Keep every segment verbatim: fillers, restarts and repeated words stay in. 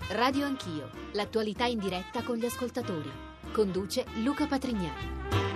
Radio Anch'io, l'attualità in diretta con gli ascoltatori. Conduce Luca Patrignani.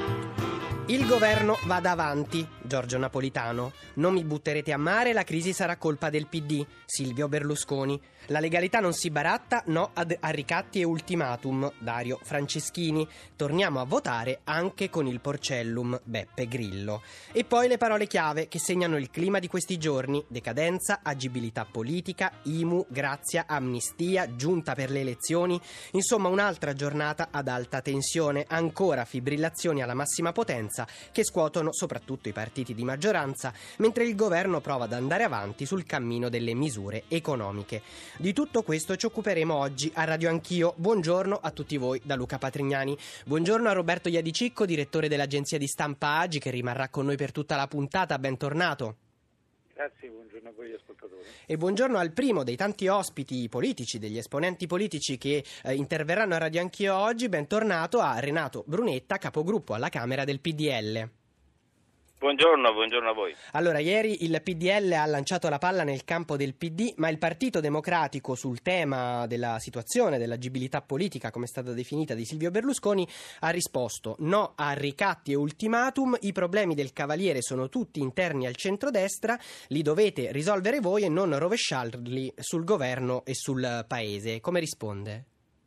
Il governo vada avanti, Giorgio Napolitano. Non mi butterete a mare, la crisi sarà colpa del P D, Silvio Berlusconi. La legalità non si baratta, no ad, a ricatti e ultimatum, Dario Franceschini. Torniamo a votare anche con il Porcellum, Beppe Grillo. E poi le parole chiave che segnano il clima di questi giorni: decadenza, agibilità politica, I M U, grazia, amnistia, giunta per le elezioni. Insomma, un'altra giornata ad alta tensione, ancora fibrillazioni alla massima potenza che scuotono soprattutto i partiti di maggioranza, mentre il governo prova ad andare avanti sul cammino delle misure economiche. Di tutto questo ci occuperemo oggi a Radio Anch'io. Buongiorno a tutti voi da Luca Patrignani. Buongiorno a Roberto Iadicicco, direttore dell'agenzia di stampa Agi, che rimarrà con noi per tutta la puntata. Bentornato. Grazie, buongiorno a voi ascoltatori. E buongiorno al primo dei tanti ospiti politici, degli esponenti politici che eh, interverranno a Radio Anch'io oggi. Bentornato a Renato Brunetta, capogruppo alla Camera del P D L. Buongiorno, buongiorno a voi. Allora, ieri il P D L ha lanciato la palla nel campo del P D, ma il Partito Democratico, sul tema della situazione, dell'agibilità politica, come è stata definita, di Silvio Berlusconi, ha risposto: no a ricatti e ultimatum, i problemi del Cavaliere sono tutti interni al centrodestra, li dovete risolvere voi e non rovesciarli sul governo e sul paese. Come risponde?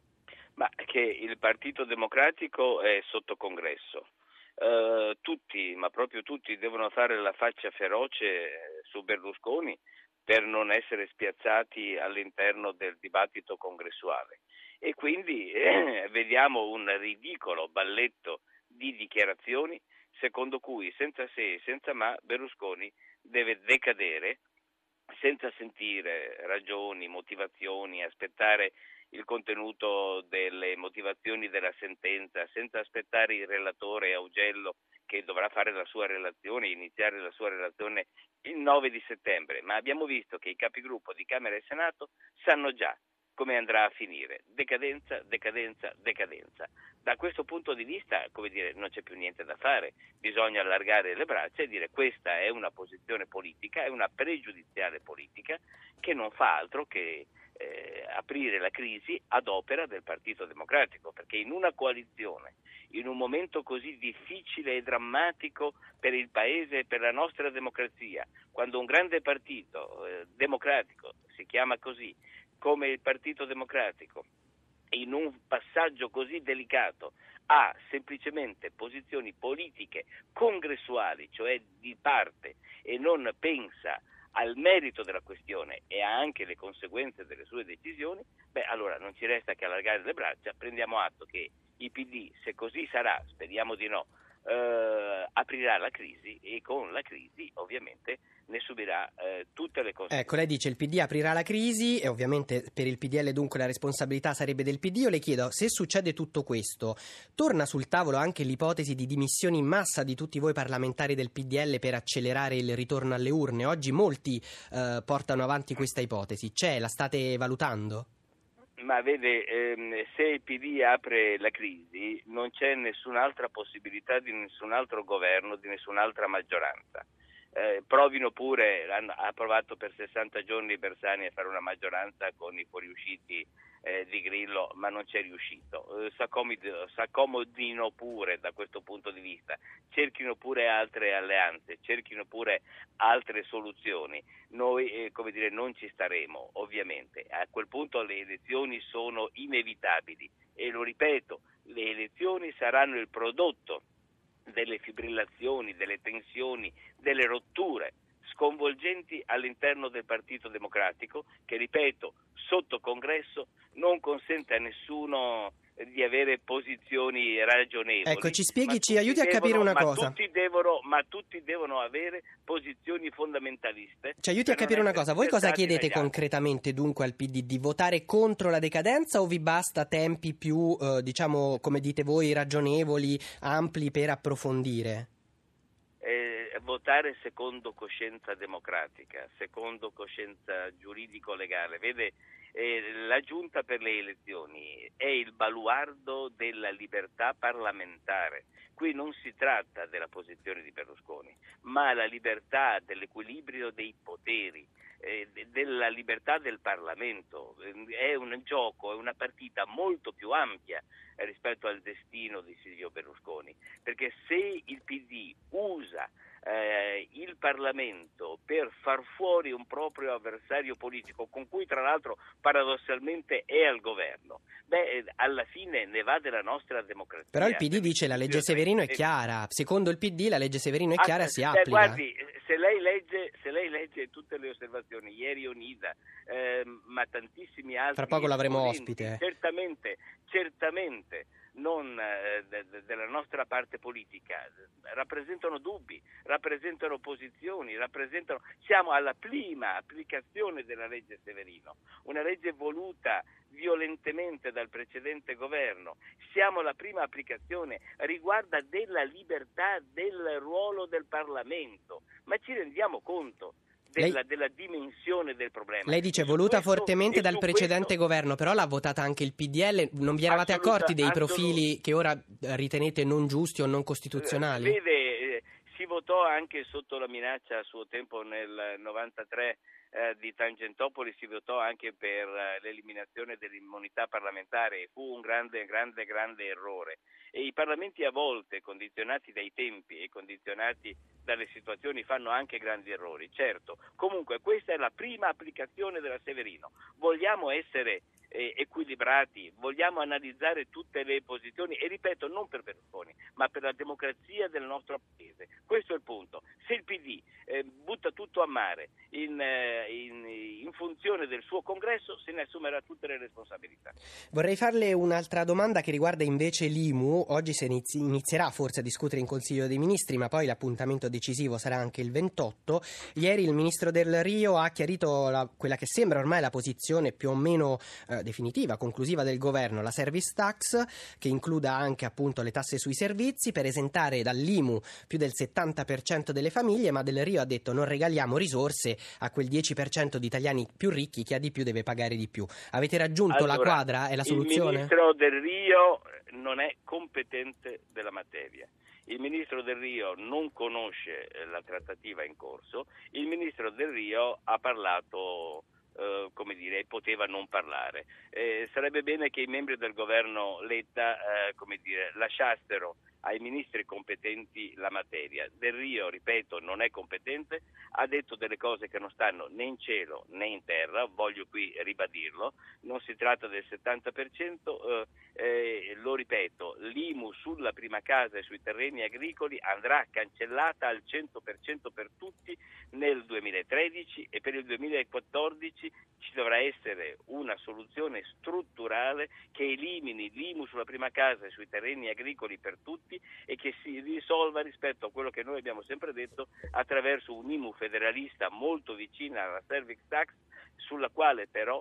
Ma che il Partito Democratico è sotto congresso. Uh, tutti, ma proprio tutti, devono fare la faccia feroce su Berlusconi per non essere spiazzati all'interno del dibattito congressuale. E quindi eh, vediamo un ridicolo balletto di dichiarazioni secondo cui senza se e senza ma Berlusconi deve decadere senza sentire ragioni, motivazioni, aspettare il contenuto delle motivazioni della sentenza, senza aspettare il relatore Augello che dovrà fare la sua relazione, iniziare la sua relazione il nove di settembre, ma abbiamo visto che i capigruppo di Camera e Senato sanno già come andrà a finire. Decadenza, decadenza, decadenza. Da questo punto di vista, come dire, non c'è più niente da fare, bisogna allargare le braccia e dire: questa è una posizione politica, è una pregiudiziale politica che non fa altro che Eh, aprire la crisi ad opera del Partito Democratico, perché in una coalizione, in un momento così difficile e drammatico per il Paese e per la nostra democrazia, quando un grande partito eh, democratico, si chiama così, come il Partito Democratico, in un passaggio così delicato ha semplicemente posizioni politiche congressuali, cioè di parte, e non pensa al merito della questione e ha anche le conseguenze delle sue decisioni, beh, allora non ci resta che allargare le braccia. Prendiamo atto che il P D, se così sarà, speriamo di no, eh, aprirà la crisi e con la crisi ovviamente ne subirà eh, tutte le conseguenze. Ecco, lei dice il P D aprirà la crisi e ovviamente per il P D L dunque la responsabilità sarebbe del P D. Io le chiedo, se succede tutto questo, torna sul tavolo anche l'ipotesi di dimissioni in massa di tutti voi parlamentari del P D L per accelerare il ritorno alle urne? Oggi molti eh, portano avanti questa ipotesi. C'è? La state valutando? Ma vede, ehm, se il P D apre la crisi non c'è nessun'altra possibilità di nessun altro governo, di nessun'altra maggioranza. Eh, provino pure, hanno, ha provato per sessanta giorni Bersani a fare una maggioranza con i fuoriusciti eh, di Grillo, ma non c'è riuscito. Eh, s'accomodino pure da questo punto di vista, cerchino pure altre alleanze, cerchino pure altre soluzioni. Noi eh, come dire, non ci staremo, ovviamente. A quel punto le elezioni sono inevitabili e lo ripeto, le elezioni saranno il prodotto delle fibrillazioni, delle tensioni, delle rotture sconvolgenti all'interno del Partito Democratico che, ripeto, sotto congresso non consente a nessuno di avere posizioni ragionevoli. Ecco, ci spieghi, ci aiuti a capire una ma cosa. Tutti devono, ma tutti devono avere posizioni fondamentaliste. Ci aiuti a capire una cosa. Voi cosa chiedete concretamente dunque al P D? Di votare contro la decadenza o vi basta tempi più, eh, diciamo, come dite voi, ragionevoli, ampli per approfondire? Eh, votare secondo coscienza democratica, secondo coscienza giuridico-legale. Vede, Eh, la Giunta per le elezioni è il baluardo della libertà parlamentare. Qui non si tratta della posizione di Berlusconi, ma la libertà dell'equilibrio dei poteri, eh, della libertà del Parlamento. È un gioco, è una partita molto più ampia rispetto al destino di Silvio Berlusconi, perché se il P D usa eh, il Parlamento per far fuori un proprio avversario politico, con cui tra l'altro paradossalmente è al governo, beh, alla fine ne va della nostra democrazia. Però il P D dice la legge Severino è chiara, secondo il P D la legge Severino è chiara e si applica. Beh, guardi, se lei legge, se lei legge tutte le osservazioni, ieri Onida, eh, ma tantissimi altri, fra poco l'avremo ospite, certamente, certamente non eh, de, de, della nostra parte politica, rappresentano dubbi, rappresentano posizioni, rappresentano, siamo alla prima applicazione della legge Severino, una legge voluta violentemente dal precedente governo, siamo alla prima applicazione, riguarda della libertà del ruolo del Parlamento, ma ci rendiamo conto Della, lei, della dimensione del problema. Lei dice voluta questo, fortemente dal precedente questo, governo, però l'ha votata anche il P D L, non vi eravate accorti dei profili che ora ritenete non giusti o non costituzionali? Vede, eh, si votò anche sotto la minaccia a suo tempo nel novantatré eh, di Tangentopoli, si votò anche per eh, l'eliminazione dell'immunità parlamentare, fu un grande, grande, grande errore. E i parlamenti a volte, condizionati dai tempi e condizionati dalle situazioni, fanno anche grandi errori, certo. Comunque questa è la prima applicazione della Severino. Vogliamo essere eh, equilibrati, vogliamo analizzare tutte le posizioni e ripeto, non per Berlusconi, ma per la democrazia del nostro paese. Questo è il punto. Se il P D eh, butta tutto a mare in, eh, in, in funzione del suo congresso, se ne assumerà tutte le responsabilità. Vorrei farle un'altra domanda che riguarda invece l'I M U. Oggi si inizi- inizierà forse a discutere in Consiglio dei Ministri, ma poi l'appuntamento decisivo sarà anche il ventotto. Ieri il ministro Del Rio ha chiarito la, quella che sembra ormai la posizione più o meno eh, definitiva, conclusiva del governo, la service tax, che includa anche appunto le tasse sui servizi, per esentare dall'I M U più del settanta per cento delle famiglie, ma Del Rio ha detto non regaliamo risorse a quel dieci per cento di italiani più ricchi, chi ha di più deve pagare di più. Avete raggiunto allora, la quadra? È la soluzione? Il ministro Del Rio non è competente della materia. Il ministro Del Rio non conosce la trattativa in corso, il ministro Del Rio ha parlato, eh, come dire, poteva non parlare. Eh, sarebbe bene che i membri del governo Letta, eh, come dire, lasciassero ai ministri competenti la materia. Del Rio, ripeto, non è competente, ha detto delle cose che non stanno né in cielo né in terra, voglio qui ribadirlo, non si tratta del settanta per cento, eh, eh, lo ripeto, l'I M U sulla prima casa e sui terreni agricoli andrà cancellata al cento per cento per tutti nel duemilatredici e per il duemilaquattordici ci dovrà essere una soluzione strutturale che elimini l'I M U sulla prima casa e sui terreni agricoli per tutti e che si risolva rispetto a quello che noi abbiamo sempre detto attraverso un I M U federalista molto vicina alla service tax, sulla quale però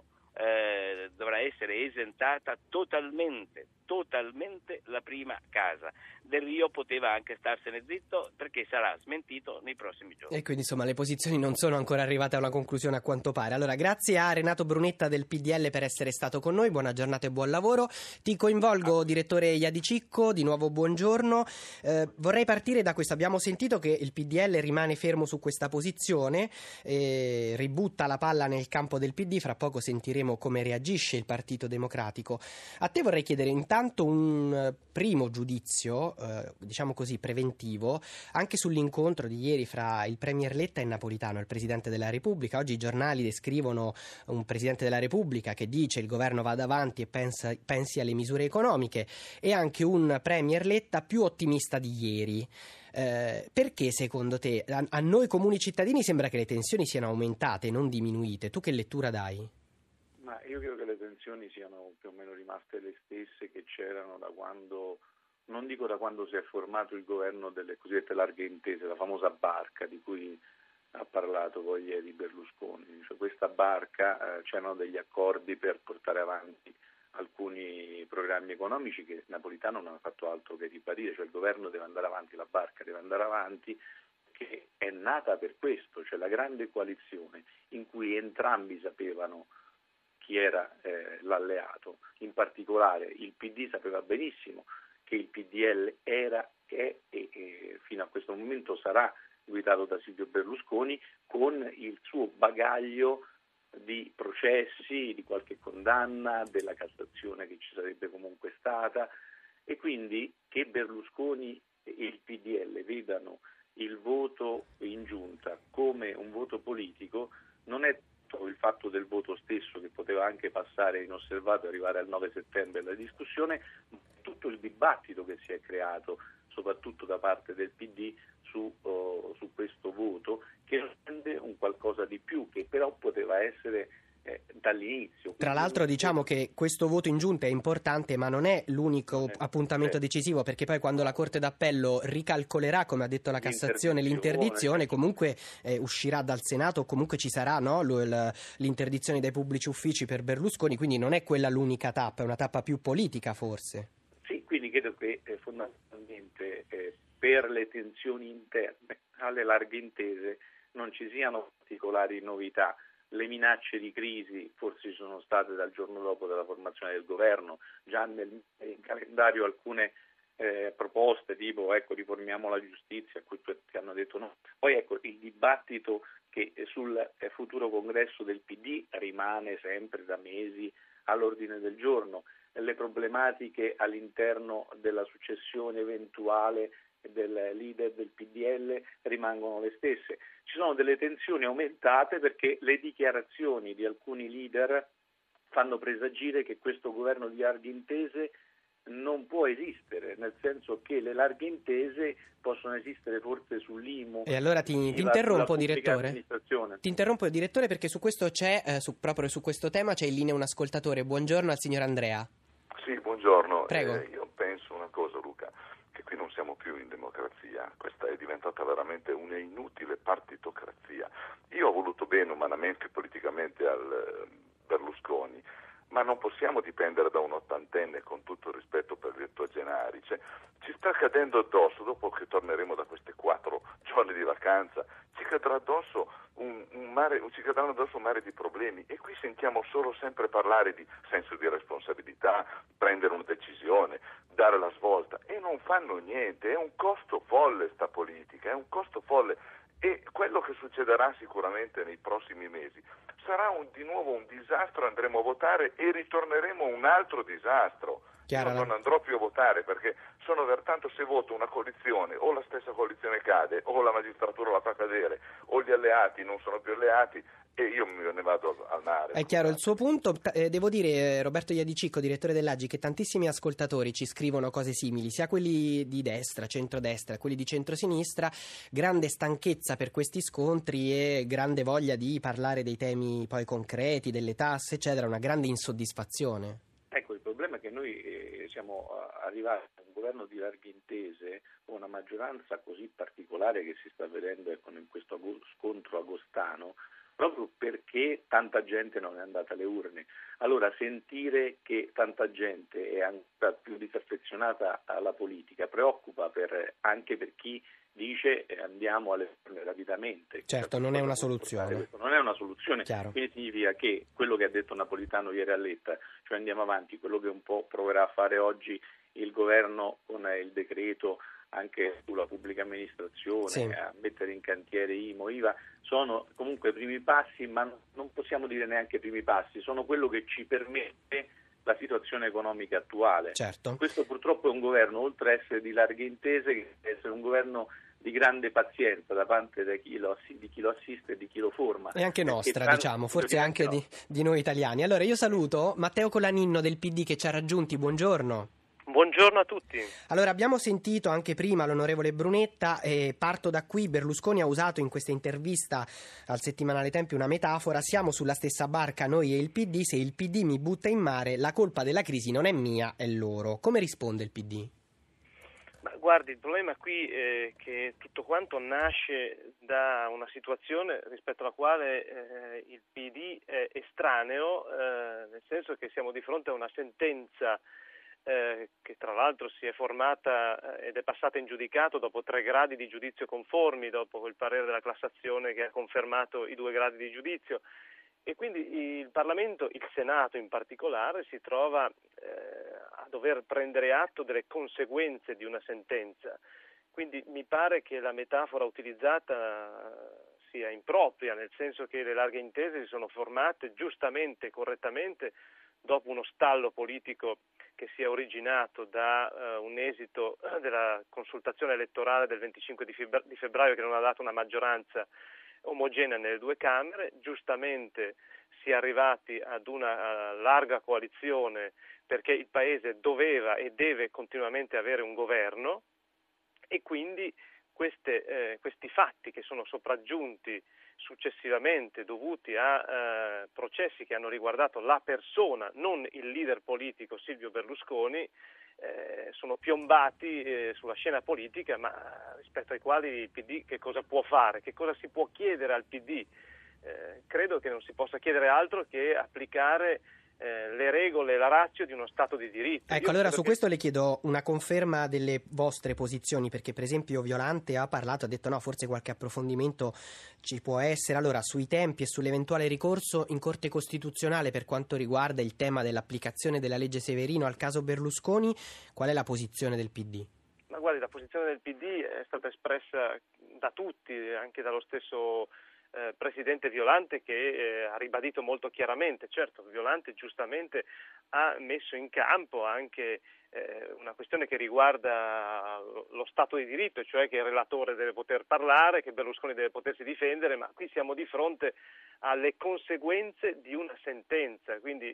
eh, dovrà essere esentata totalmente, totalmente la prima casa. Del Rio poteva anche starsene zitto perché sarà smentito nei prossimi giorni. E quindi insomma le posizioni non sono ancora arrivate a una conclusione a quanto pare. Allora grazie a Renato Brunetta del P D L per essere stato con noi, buona giornata e buon lavoro. Ti coinvolgo, direttore Iadicicco, di nuovo buongiorno. Eh, vorrei partire da questo, abbiamo sentito che il P D L rimane fermo su questa posizione, eh, ributta la palla nel campo del P D, fra poco sentiremo come reagisce il Partito Democratico. A te vorrei chiedere intanto un eh, primo giudizio, eh, diciamo così, preventivo, anche sull'incontro di ieri fra il Premier Letta e Napolitano, il Presidente della Repubblica. Oggi i giornali descrivono un Presidente della Repubblica che dice il governo vada avanti e pensa, pensi alle misure economiche, e anche un Premier Letta più ottimista di ieri. Eh, perché secondo te, a, a noi comuni cittadini sembra che le tensioni siano aumentate, non diminuite? Tu che lettura dai? Ma io credo che le tensioni siano più o meno rimaste le stesse che c'erano da quando, non dico da quando si è formato il governo delle cosiddette larghe intese, la famosa barca di cui ha parlato poi ieri Berlusconi. Cioè, questa barca, eh, c'erano degli accordi per portare avanti alcuni programmi economici che Napolitano non ha fatto altro che ribadire, cioè il governo deve andare avanti, la barca deve andare avanti, che è nata per questo, cioè la grande coalizione in cui entrambi sapevano chi era eh, l'alleato. In particolare il P D sapeva benissimo che il P D L era è, e, e fino a questo momento sarà guidato da Silvio Berlusconi, con il suo bagaglio di processi, di qualche condanna, della Cassazione che ci sarebbe comunque stata, e quindi che Berlusconi e il P D L vedano il voto in giunta come un voto politico non è il fatto del voto stesso, che poteva anche passare inosservato e arrivare al nove settembre la discussione, ma tutto il dibattito che si è creato soprattutto da parte del P D su, uh, su questo voto, che rende un qualcosa di più, che però poteva essere eh, dall'inizio. Tra l'altro diciamo che questo voto in giunta è importante, ma non è l'unico non è, appuntamento certo. decisivo, perché poi quando la Corte d'Appello ricalcolerà, come ha detto la Cassazione, l'interdizione, comunque eh, uscirà dal Senato, o comunque ci sarà, no, l'interdizione dai pubblici uffici per Berlusconi, quindi non è quella l'unica tappa, è una tappa più politica forse. Sì, quindi credo che eh, fondamentalmente eh, per le tensioni interne alle larghe intese non ci siano particolari novità. Le minacce di crisi forse ci sono state dal giorno dopo della formazione del governo, già nel, in calendario alcune eh, proposte tipo ecco riformiamo la giustizia, a cui tutti hanno detto no. Poi ecco il dibattito che sul eh, futuro congresso del P D rimane sempre da mesi all'ordine del giorno, le problematiche all'interno della successione eventuale del leader del P D L rimangono le stesse. Ci sono delle tensioni aumentate perché le dichiarazioni di alcuni leader fanno presagire che questo governo di larghe intese non può esistere, nel senso che le larghe intese possono esistere forse sull'I M U. E allora ti, ti interrompo, direttore. Ti interrompo, direttore, perché su questo c'è, eh, su, proprio su questo tema c'è in linea un ascoltatore. Buongiorno al signor Andrea. Sì, buongiorno. Prego. Eh, io penso una cosa, Luca, che qui non siamo più in democrazia, questa è diventata veramente una inutile partitocrazia. Io ho voluto bene umanamente e politicamente al Berlusconi, ma non possiamo dipendere da un ottantenne, con tutto il rispetto per gli ottogenari. Cioè, ci sta cadendo addosso, dopo che torneremo da questi quattro giorni di vacanza, ci cadrà addosso un, un mare, ci cadranno addosso un mare di problemi, e qui sentiamo solo sempre parlare di senso di responsabilità, prendere una decisione, dare la svolta, e non fanno niente. È un costo folle sta politica, è un costo folle, e quello che succederà sicuramente nei prossimi mesi sarà un, di nuovo un disastro. Andremo a votare e ritorneremo a un altro disastro. Chiaro. Io non andrò più a votare, perché sono pertanto, se voto una coalizione, o la stessa coalizione cade, o la magistratura la fa cadere, o gli alleati non sono più alleati, e io me ne vado al mare. È chiaro il suo punto. Eh, devo dire, Roberto Iadicicco, direttore dell'A G I, che tantissimi ascoltatori ci scrivono cose simili, sia quelli di destra, centrodestra, quelli di centrosinistra, grande stanchezza per questi scontri e grande voglia di parlare dei temi poi concreti, delle tasse, eccetera, una grande insoddisfazione. Ecco, il problema è che noi eh, siamo arrivati a un governo di larghe intese, una maggioranza così particolare che si sta vedendo ecco, in questo scontro agostano, proprio perché tanta gente non è andata alle urne. Allora sentire che tanta gente è ancora più disaffezionata alla politica preoccupa per, anche per chi dice eh, andiamo alle urne rapidamente. Certo, non è una soluzione. Non è una soluzione, Chiaro. Quindi significa che quello che ha detto Napolitano ieri a Letta, cioè andiamo avanti, quello che un po' proverà a fare oggi il governo con il decreto anche sulla pubblica amministrazione, sì. a mettere in cantiere I M U, I V A, sono comunque primi passi, ma non possiamo dire neanche primi passi, sono quello che ci permette la situazione economica attuale. Certo. Questo purtroppo è un governo, oltre a essere di larghe intese, che deve essere un governo di grande pazienza da parte di chi lo, di chi lo assiste e di chi lo forma. E anche nostra, diciamo, forse anche di, di noi italiani. Allora io saluto Matteo Colaninno del P D che ci ha raggiunti, buongiorno. Buongiorno a tutti. Allora, abbiamo sentito anche prima l'onorevole Brunetta e parto da qui. Berlusconi ha usato in questa intervista al settimanale Tempi una metafora: siamo sulla stessa barca noi e il P D, se il P D mi butta in mare la colpa della crisi non è mia, è loro. Come risponde il P D? Ma guardi, il problema qui è che tutto quanto nasce da una situazione rispetto alla quale eh, il P D è estraneo, eh, nel senso che siamo di fronte a una sentenza Eh, che tra l'altro si è formata eh, ed è passata in giudicato dopo tre gradi di giudizio conformi, dopo il parere della Cassazione che ha confermato i due gradi di giudizio, E quindi il Parlamento, il Senato in particolare, si trova eh, a dover prendere atto delle conseguenze di una sentenza. Quindi mi pare che la metafora utilizzata sia impropria, nel senso che le larghe intese si sono formate giustamente, correttamente, dopo uno stallo politico che si è originato da uh, un esito della consultazione elettorale del venticinque di febbraio che non ha dato una maggioranza omogenea nelle due Camere. Giustamente si è arrivati ad una uh, larga coalizione perché il Paese doveva e deve continuamente avere un governo, e quindi queste, eh, questi fatti che sono sopraggiunti successivamente, dovuti a eh, processi che hanno riguardato la persona, non il leader politico Silvio Berlusconi, eh, sono piombati eh, sulla scena politica, ma rispetto ai quali il P D che cosa può fare, che cosa si può chiedere al P D? Eh, credo che non si possa chiedere altro che applicare Eh, le regole, la ratio di uno Stato di diritto. Ecco, Io allora su che... questo le chiedo una conferma delle vostre posizioni, perché per esempio Violante ha parlato, ha detto no, forse qualche approfondimento ci può essere. Allora, sui tempi e sull'eventuale ricorso in Corte Costituzionale per quanto riguarda il tema dell'applicazione della legge Severino al caso Berlusconi, qual è la posizione del P D? Ma guardi, la posizione del P D è stata espressa da tutti, anche dallo stesso Eh, Presidente Violante, che eh, ha ribadito molto chiaramente. Certo, Violante giustamente ha messo in campo anche eh, una questione che riguarda lo Stato di diritto, cioè che il relatore deve poter parlare, che Berlusconi deve potersi difendere, ma qui siamo di fronte alle conseguenze di una sentenza, quindi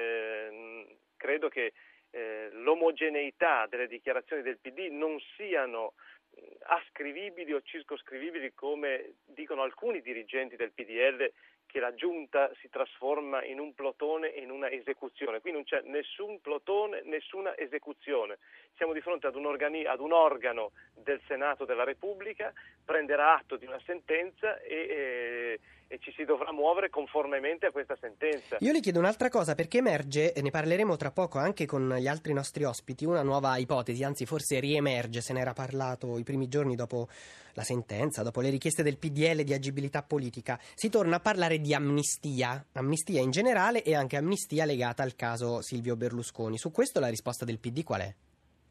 eh, credo che eh, l'omogeneità delle dichiarazioni del P D non siano ascrivibili o circoscrivibili, come dicono alcuni dirigenti del P D L, che la giunta si trasforma in un plotone e in una esecuzione. Qui non c'è nessun plotone, nessuna esecuzione. Siamo di fronte ad un, organi- ad un organo del Senato della Repubblica, prenderà atto di una sentenza e, e, e ci si dovrà muovere conformemente a questa sentenza. Io le chiedo un'altra cosa, perché emerge, e ne parleremo tra poco anche con gli altri nostri ospiti, una nuova ipotesi, anzi forse riemerge, se ne era parlato i primi giorni dopo la sentenza, dopo le richieste del P D L di agibilità politica. Si torna a parlare di amnistia, amnistia in generale e anche amnistia legata al caso Silvio Berlusconi. Su questo la risposta del P D qual è?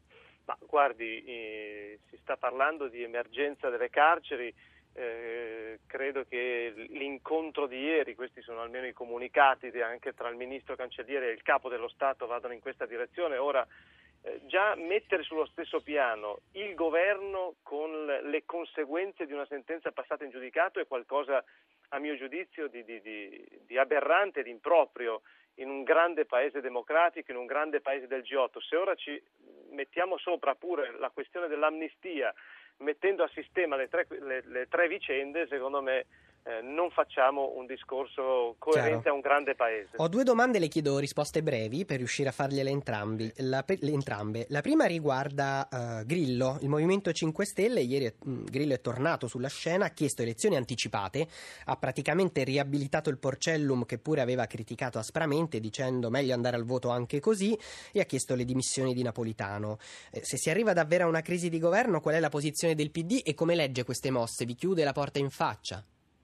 Ma guardi, eh, si sta parlando di emergenza delle carceri, eh, credo che l'incontro di ieri, questi sono almeno i comunicati anche tra il ministro Cancelliere e il capo dello Stato, vadano in questa direzione. Ora, eh, già mettere sullo stesso piano il governo con le conseguenze di una sentenza passata in giudicato è qualcosa, a mio giudizio, di, di, di, di aberrante e di improprio in un grande paese democratico, in un grande paese del G otto. Se ora ci mettiamo sopra pure la questione dell'amnistia, mettendo a sistema le tre, le, le tre vicende, secondo me eh, non facciamo un discorso coerente Chiaro. a un grande paese. Ho due domande, le chiedo risposte brevi per riuscire a fargliele entrambi. La, le entrambe. La prima riguarda uh, Grillo, il Movimento cinque Stelle. Ieri mh, Grillo è tornato sulla scena, ha chiesto elezioni anticipate, ha praticamente riabilitato il Porcellum che pure aveva criticato aspramente dicendo meglio andare al voto anche così, e ha chiesto le dimissioni di Napolitano. Eh, se si arriva davvero a una crisi di governo, qual è la posizione del P D e come legge queste mosse? Vi chiude la porta in faccia?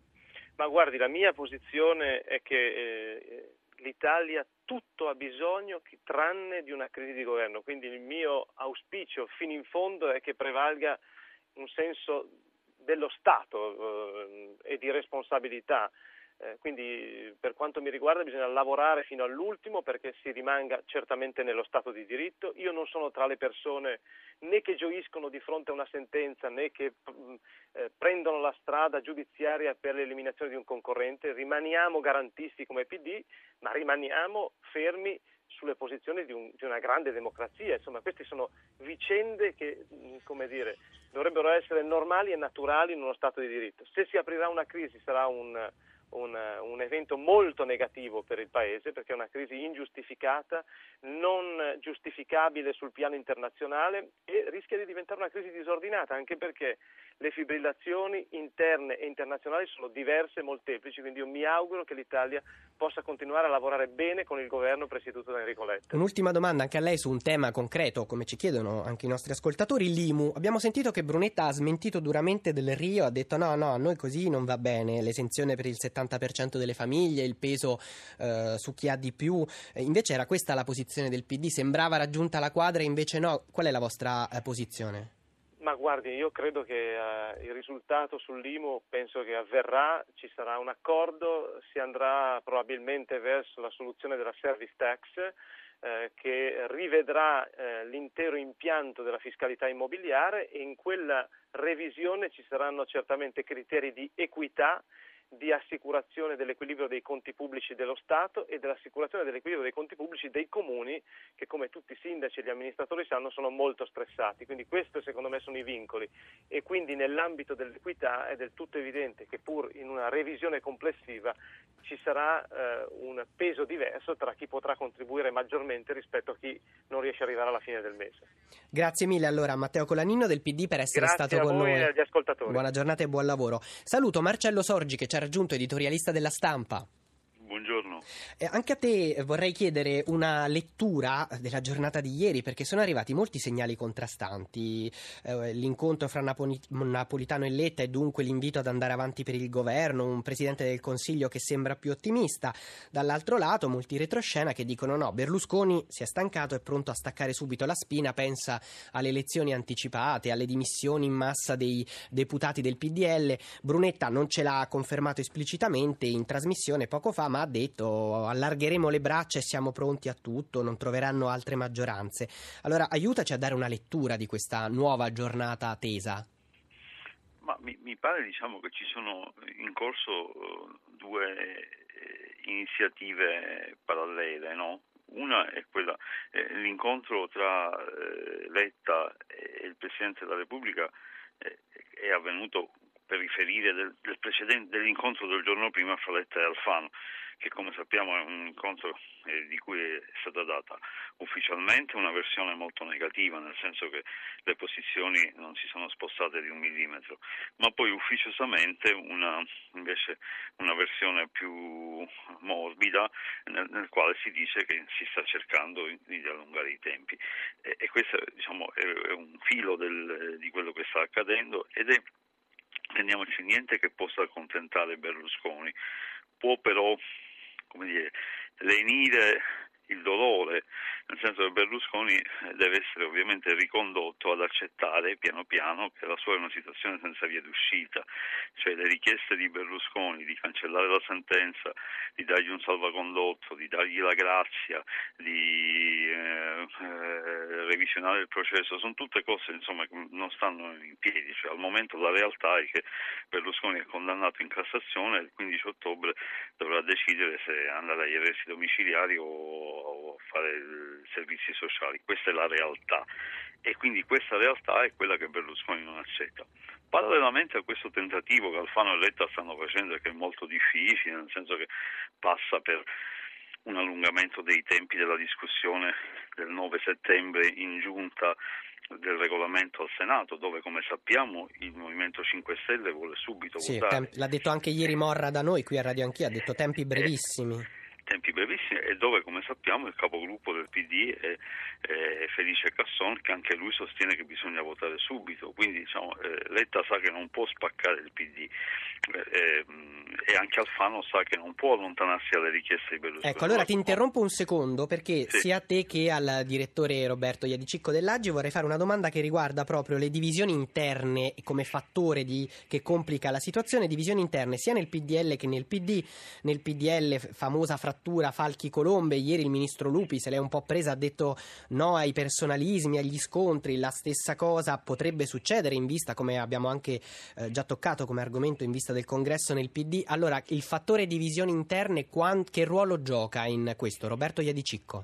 Ma guardi, la mia posizione è che eh, l'Italia tutto ha bisogno che, tranne di una crisi di governo, quindi il mio auspicio fino in fondo è che prevalga un senso dello Stato eh, e di responsabilità. Eh, quindi per quanto mi riguarda bisogna lavorare fino all'ultimo perché si rimanga certamente nello Stato di diritto. Io non sono tra le persone né che gioiscono di fronte a una sentenza né che eh, prendono la strada giudiziaria per l'eliminazione di un concorrente. Rimaniamo garantisti come P D, ma rimaniamo fermi sulle posizioni di, un, di una grande democrazia. Insomma, queste sono vicende che, come dire, dovrebbero essere normali e naturali in uno Stato di diritto. Se si aprirà una crisi sarà un Un, un evento molto negativo per il Paese perché è una crisi ingiustificata, non giustificabile sul piano internazionale e rischia di diventare una crisi disordinata anche perché le fibrillazioni interne e internazionali sono diverse e molteplici, quindi io mi auguro che l'Italia possa continuare a lavorare bene con il governo presieduto da Enrico Letta. Un'ultima domanda anche a lei su un tema concreto, come ci chiedono anche i nostri ascoltatori, l'I M U. Abbiamo sentito che Brunetta ha smentito duramente Del Rio, ha detto no, no, a noi così non va bene, l'esenzione per il settanta settanta per cento delle famiglie, il peso eh, su chi ha di più. Eh, invece era questa la posizione del P D, sembrava raggiunta la quadra, invece no. Qual è la vostra eh, posizione? Ma guardi, io credo che uh, il risultato sull'I M U penso che avverrà, ci sarà un accordo, si andrà probabilmente verso la soluzione della service tax eh, che rivedrà eh, l'intero impianto della fiscalità immobiliare, e in quella revisione ci saranno certamente criteri di equità, di assicurazione dell'equilibrio dei conti pubblici dello Stato e dell'assicurazione dell'equilibrio dei conti pubblici dei comuni, che come tutti i sindaci e gli amministratori sanno sono molto stressati. Quindi questo secondo me sono i vincoli, e quindi nell'ambito dell'equità è del tutto evidente che pur in una revisione complessiva ci sarà eh, un peso diverso tra chi potrà contribuire maggiormente rispetto a chi non riesce ad arrivare alla fine del mese. Grazie mille allora a Matteo Colanino del P D per essere Grazie stato con noi. Grazie a voi e agli ascoltatori. Buona giornata e buon lavoro. Saluto Marcello Sorgi che ci ha raggiunto, editorialista della Stampa. Buongiorno. Eh, anche a te vorrei chiedere una lettura della giornata di ieri, perché sono arrivati molti segnali contrastanti. Eh, l'incontro fra Napoli- Napolitano e Letta e dunque l'invito ad andare avanti per il governo, un Presidente del Consiglio che sembra più ottimista. Dall'altro lato molti retroscena che dicono no, Berlusconi si è stancato, è pronto a staccare subito la spina, pensa alle elezioni anticipate, alle dimissioni in massa dei deputati del P D L. Brunetta non ce l'ha confermato esplicitamente in trasmissione poco fa, ma ha detto allargheremo le braccia e siamo pronti a tutto, non troveranno altre maggioranze. Allora aiutaci a dare una lettura di questa nuova giornata tesa. Ma mi, mi pare diciamo che ci sono in corso uh, due eh, iniziative parallele, no? Una è quella, eh, l'incontro tra eh, Letta e il Presidente della Repubblica eh, è avvenuto per riferire del, del precedente, dell'incontro del giorno prima fra Letta e Alfano, che come sappiamo è un incontro eh, di cui è stata data ufficialmente una versione molto negativa, nel senso che le posizioni non si sono spostate di un millimetro, ma poi ufficiosamente una, invece una versione più morbida nel, nel quale si dice che si sta cercando di allungare i tempi, e, e questo diciamo è, è un filo del, di quello che sta accadendo, ed è, teniamoci, niente che possa accontentare Berlusconi. Può però, come dire, lenire il dolore, nel senso che Berlusconi deve essere ovviamente ricondotto ad accettare piano piano che la sua è una situazione senza via d'uscita, cioè le richieste di Berlusconi di cancellare la sentenza, di dargli un salvacondotto, di dargli la grazia, di eh, eh, revisionare il processo, sono tutte cose insomma che non stanno in piedi, cioè al momento la realtà è che Berlusconi è condannato in Cassazione e il quindici ottobre dovrà decidere se andare agli arresti domiciliari o o fare servizi sociali. Questa è la realtà, e quindi questa realtà è quella che Berlusconi non accetta. Parallelamente a questo tentativo che Alfano e Letta stanno facendo, e che è molto difficile, nel senso che passa per un allungamento dei tempi della discussione del nove settembre in giunta del regolamento al Senato, dove come sappiamo il Movimento cinque Stelle vuole subito sì, votare. Temp- l'ha detto anche ieri Morra da noi qui a Radio Anch'io, ha detto tempi brevissimi. Eh, tempi brevissimi, e dove come sappiamo il capogruppo del P D è, è Felice Casson, che anche lui sostiene che bisogna votare subito, quindi diciamo eh, Letta sa che non può spaccare il P D eh, e anche Alfano sa che non può allontanarsi dalle richieste di Berlusconi. Ecco, allora ti interrompo un secondo, perché sì. sia a te che al direttore Roberto Iadicicco dell'Aggi vorrei fare una domanda che riguarda proprio le divisioni interne come fattore di, che complica la situazione, divisioni interne sia nel P D L che nel P D. Nel P D L famosa frattura Falchi-Colombe, ieri il ministro Lupi se l'è un po' presa, ha detto no ai personalismi, agli scontri, la stessa cosa potrebbe succedere in vista, come abbiamo anche eh, già toccato come argomento, in vista del congresso nel P D. Allora, il fattore divisioni interne, quant- che ruolo gioca in questo? Roberto Iadicicco.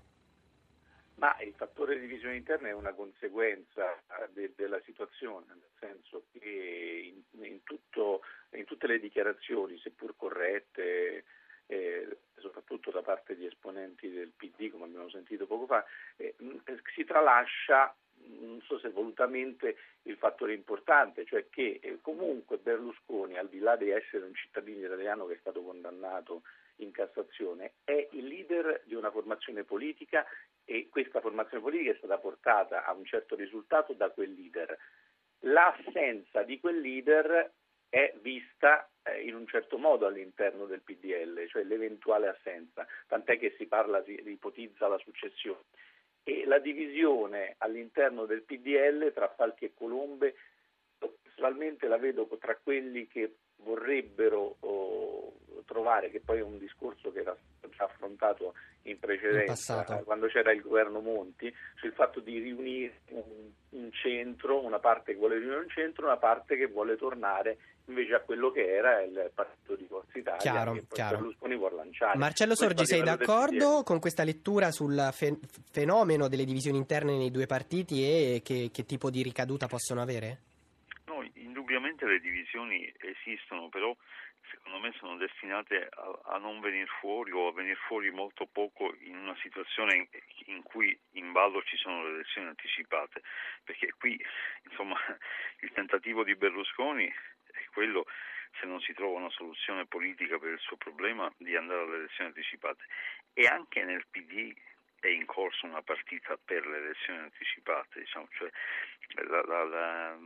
Ma il fattore divisione interna è una conseguenza de- della situazione, nel senso che in, in, tutto, in tutte le dichiarazioni, seppur corrette, eh, soprattutto da parte di esponenti del P D, come abbiamo sentito poco fa, eh, si tralascia, non so se volutamente, il fattore importante, cioè che eh, comunque Berlusconi, al di là di essere un cittadino italiano che è stato condannato in Cassazione, è il leader di una formazione politica, e questa formazione politica è stata portata a un certo risultato da quel leader. L'assenza di quel leader è vista eh, in un certo modo all'interno del P D L, cioè l'eventuale assenza, tant'è che si parla, si ipotizza la successione. E la divisione all'interno del P D L tra Falchi e Colombe, personalmente la vedo tra quelli che vorrebbero oh, trovare, che poi è un discorso che era già affrontato in precedenza, in quando c'era il governo Monti, sul fatto di riunire un, un centro, una parte che vuole riunire un centro, una parte che vuole tornare invece a quello che era il partito di Forza Italia, chiaro, che poi chiaro. Berlusconi vuole lanciare. Marcello Questo Sorgi, sei d'accordo con questa lettura sul fe- fenomeno delle divisioni interne nei due partiti e che, che tipo di ricaduta possono avere? No, indubbiamente le divisioni esistono, però secondo me sono destinate a, a non venire fuori o a venire fuori molto poco in una situazione in, in cui in ballo ci sono le elezioni anticipate, perché qui insomma il tentativo di Berlusconi è quello, se non si trova una soluzione politica per il suo problema, di andare alle elezioni anticipate. E anche nel P D è in corso una partita per le elezioni anticipate, diciamo, cioè la, la, la,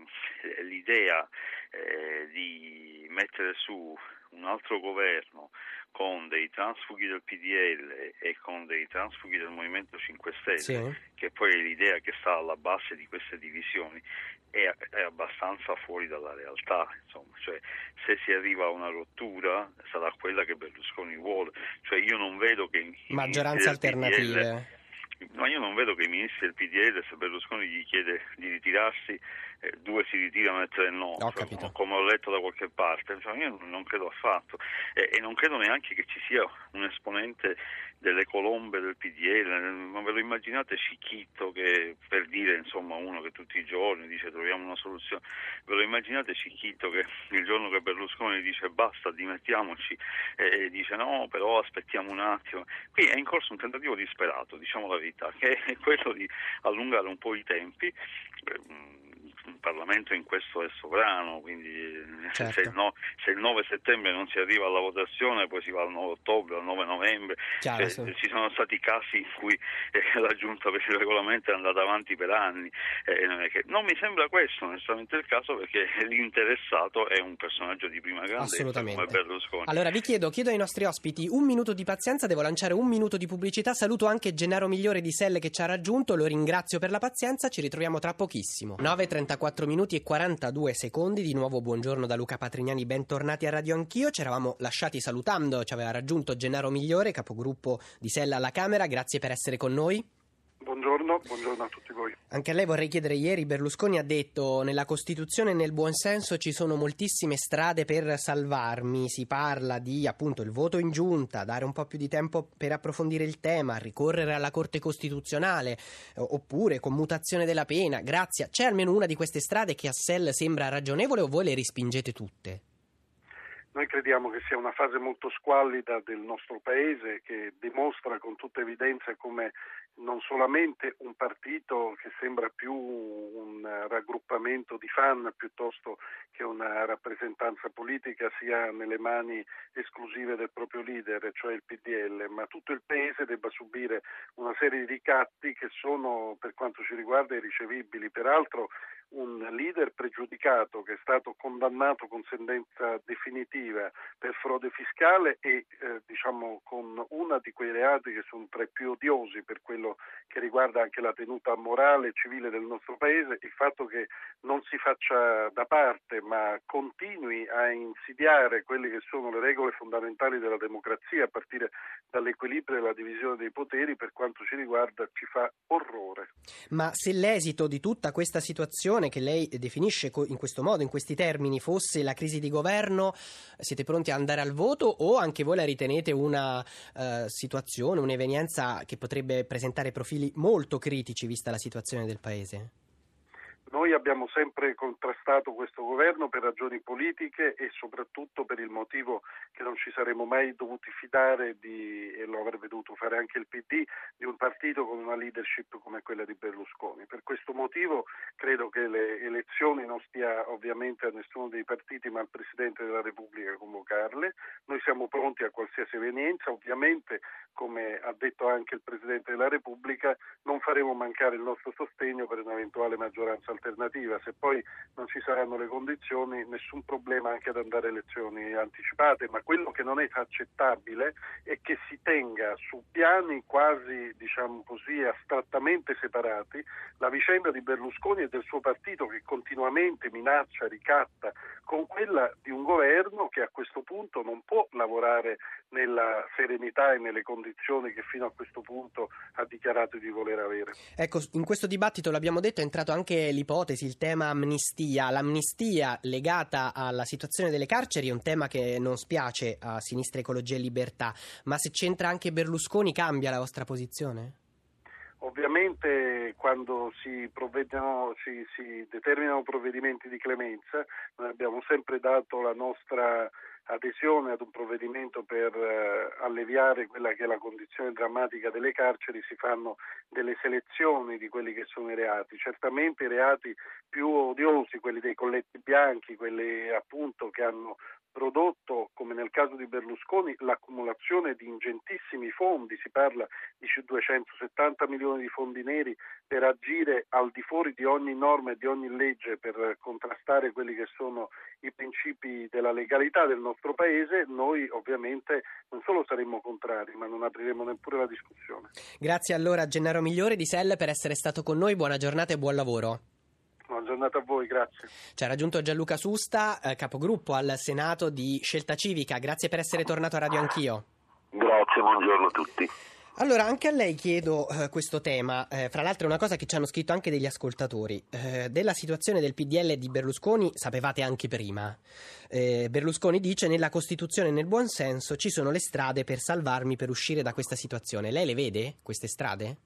l'idea eh, di mettere su un altro governo con dei transfughi del P D L e con dei transfughi del Movimento cinque Stelle, sì, che poi è l'idea che sta alla base di queste divisioni, è, è abbastanza fuori dalla realtà, insomma, cioè se si arriva a una rottura sarà quella che Berlusconi vuole, cioè io non vedo che maggioranze alternative. P D L, no, io non vedo che i ministri del P D L, se Berlusconi gli chiede di ritirarsi, eh, due si ritirano e tre no, ho cioè, capito. come ho letto da qualche parte, cioè, io non credo affatto, eh, e non credo neanche che ci sia un esponente delle colombe del P D L, ma ve lo immaginate Cicchitto, che per dire insomma uno che tutti i giorni dice troviamo una soluzione, ve lo immaginate Cicchitto che il giorno che Berlusconi dice basta dimettiamoci, e dice no però aspettiamo un attimo, qui è in corso un tentativo disperato, diciamo la verità, che è quello di allungare un po' i tempi. Il Parlamento in questo è sovrano, quindi certo. se, il no, se il nove settembre non si arriva alla votazione poi si va al nove ottobre, al nove novembre, Chiaro, cioè, sì. Ci sono stati casi in cui eh, la Giunta per il regolamento è andata avanti per anni, eh, non, è che, non mi sembra questo onestamente il caso, perché l'interessato è un personaggio di prima grandezza come Berlusconi. Allora vi chiedo, chiedo ai nostri ospiti un minuto di pazienza, devo lanciare un minuto di pubblicità, saluto anche Gennaro Migliore di Selle che ci ha raggiunto, lo ringrazio per la pazienza, ci ritroviamo tra pochissimo. nove e trentaquattro minuti e quarantadue secondi, di nuovo buongiorno da Luca Patrignani, bentornati a Radio Anch'io. Ci eravamo lasciati salutando, ci aveva raggiunto Gennaro Migliore, capogruppo di Sella alla Camera, grazie per essere con noi. Buongiorno, buongiorno a tutti voi. Anche a lei vorrei chiedere, ieri Berlusconi ha detto nella Costituzione e nel buonsenso ci sono moltissime strade per salvarmi, si parla di appunto il voto in giunta, dare un po' più di tempo per approfondire il tema, ricorrere alla Corte Costituzionale oppure commutazione della pena, grazia. C'è almeno una di queste strade che a Sell sembra ragionevole o voi le respingete tutte? Noi crediamo che sia una fase molto squallida del nostro Paese, che dimostra con tutta evidenza come non solamente un partito che sembra più un raggruppamento di fan piuttosto che una rappresentanza politica sia nelle mani esclusive del proprio leader, cioè il P D L, ma tutto il Paese debba subire una serie di ricatti che sono, per quanto ci riguarda, irricevibili. Peraltro un leader pregiudicato che è stato condannato con sentenza definitiva per frode fiscale e eh, diciamo con una di quei reati che sono tra i più odiosi per quello che riguarda anche la tenuta morale e civile del nostro Paese, il fatto che non si faccia da parte ma continui a insidiare quelle che sono le regole fondamentali della democrazia a partire dall'equilibrio e dalla divisione dei poteri, per quanto ci riguarda ci fa orrore. Ma se l'esito di tutta questa situazione che lei definisce in questo modo, in questi termini, fosse la crisi di governo, siete pronti ad andare al voto o anche voi la ritenete una uh, situazione, un'evenienza che potrebbe presentare profili molto critici vista la situazione del Paese? Noi abbiamo sempre contrastato questo governo per ragioni politiche e soprattutto per il motivo che non ci saremmo mai dovuti fidare di, e lo avrebbe dovuto fare anche il P D, di un partito con una leadership come quella di Berlusconi. Per questo motivo credo che le elezioni non stia ovviamente a nessuno dei partiti ma al Presidente della Repubblica convocarle. Noi siamo pronti a qualsiasi evenienza, ovviamente come ha detto anche il Presidente della Repubblica non faremo mancare il nostro sostegno per un'eventuale maggioranza alternativa. alternativa. Se poi non ci saranno le condizioni, nessun problema anche ad andare a elezioni anticipate, ma quello che non è accettabile è che si tenga su piani quasi, diciamo così, astrattamente separati la vicenda di Berlusconi e del suo partito, che continuamente minaccia, ricatta, con quella di un governo che a questo punto non può lavorare nella serenità e nelle condizioni che fino a questo punto ha dichiarato di voler avere. Ecco, in questo dibattito, l'abbiamo detto, è entrato anche l'ipotesi, il tema amnistia. L'amnistia legata alla situazione delle carceri è un tema che non spiace a Sinistra, Ecologia e Libertà, ma se c'entra anche Berlusconi cambia la vostra posizione? Ovviamente quando si, provvedono, si, si determinano provvedimenti di clemenza, noi abbiamo sempre dato la nostra adesione ad un provvedimento per eh, alleviare quella che è la condizione drammatica delle carceri. Si fanno delle selezioni di quelli che sono i reati, certamente i reati più odiosi, quelli dei colletti bianchi, quelli appunto che hanno prodotto, come nel caso di Berlusconi, l'accumulazione di ingentissimi fondi. Si parla di duecentosettanta milioni di fondi neri per agire al di fuori di ogni norma e di ogni legge per contrastare quelli che sono i principi della legalità del nostro paese. Noi ovviamente non solo saremmo contrari, ma non apriremo neppure la discussione. Grazie allora a Gennaro Migliore di S E L per essere stato con noi, buona giornata e buon lavoro. Buona giornata a voi, grazie. Ci ha raggiunto Gianluca Susta, eh, capogruppo al Senato di Scelta Civica. Grazie per essere tornato a Radio Anch'io. Grazie, buongiorno a tutti. Allora, anche a lei chiedo eh, questo tema, eh, fra l'altro è una cosa che ci hanno scritto anche degli ascoltatori. Eh, della situazione del P D L e di Berlusconi sapevate anche prima. Eh, Berlusconi dice: nella Costituzione e nel buon senso ci sono le strade per salvarmi, per uscire da questa situazione. Lei le vede, queste strade?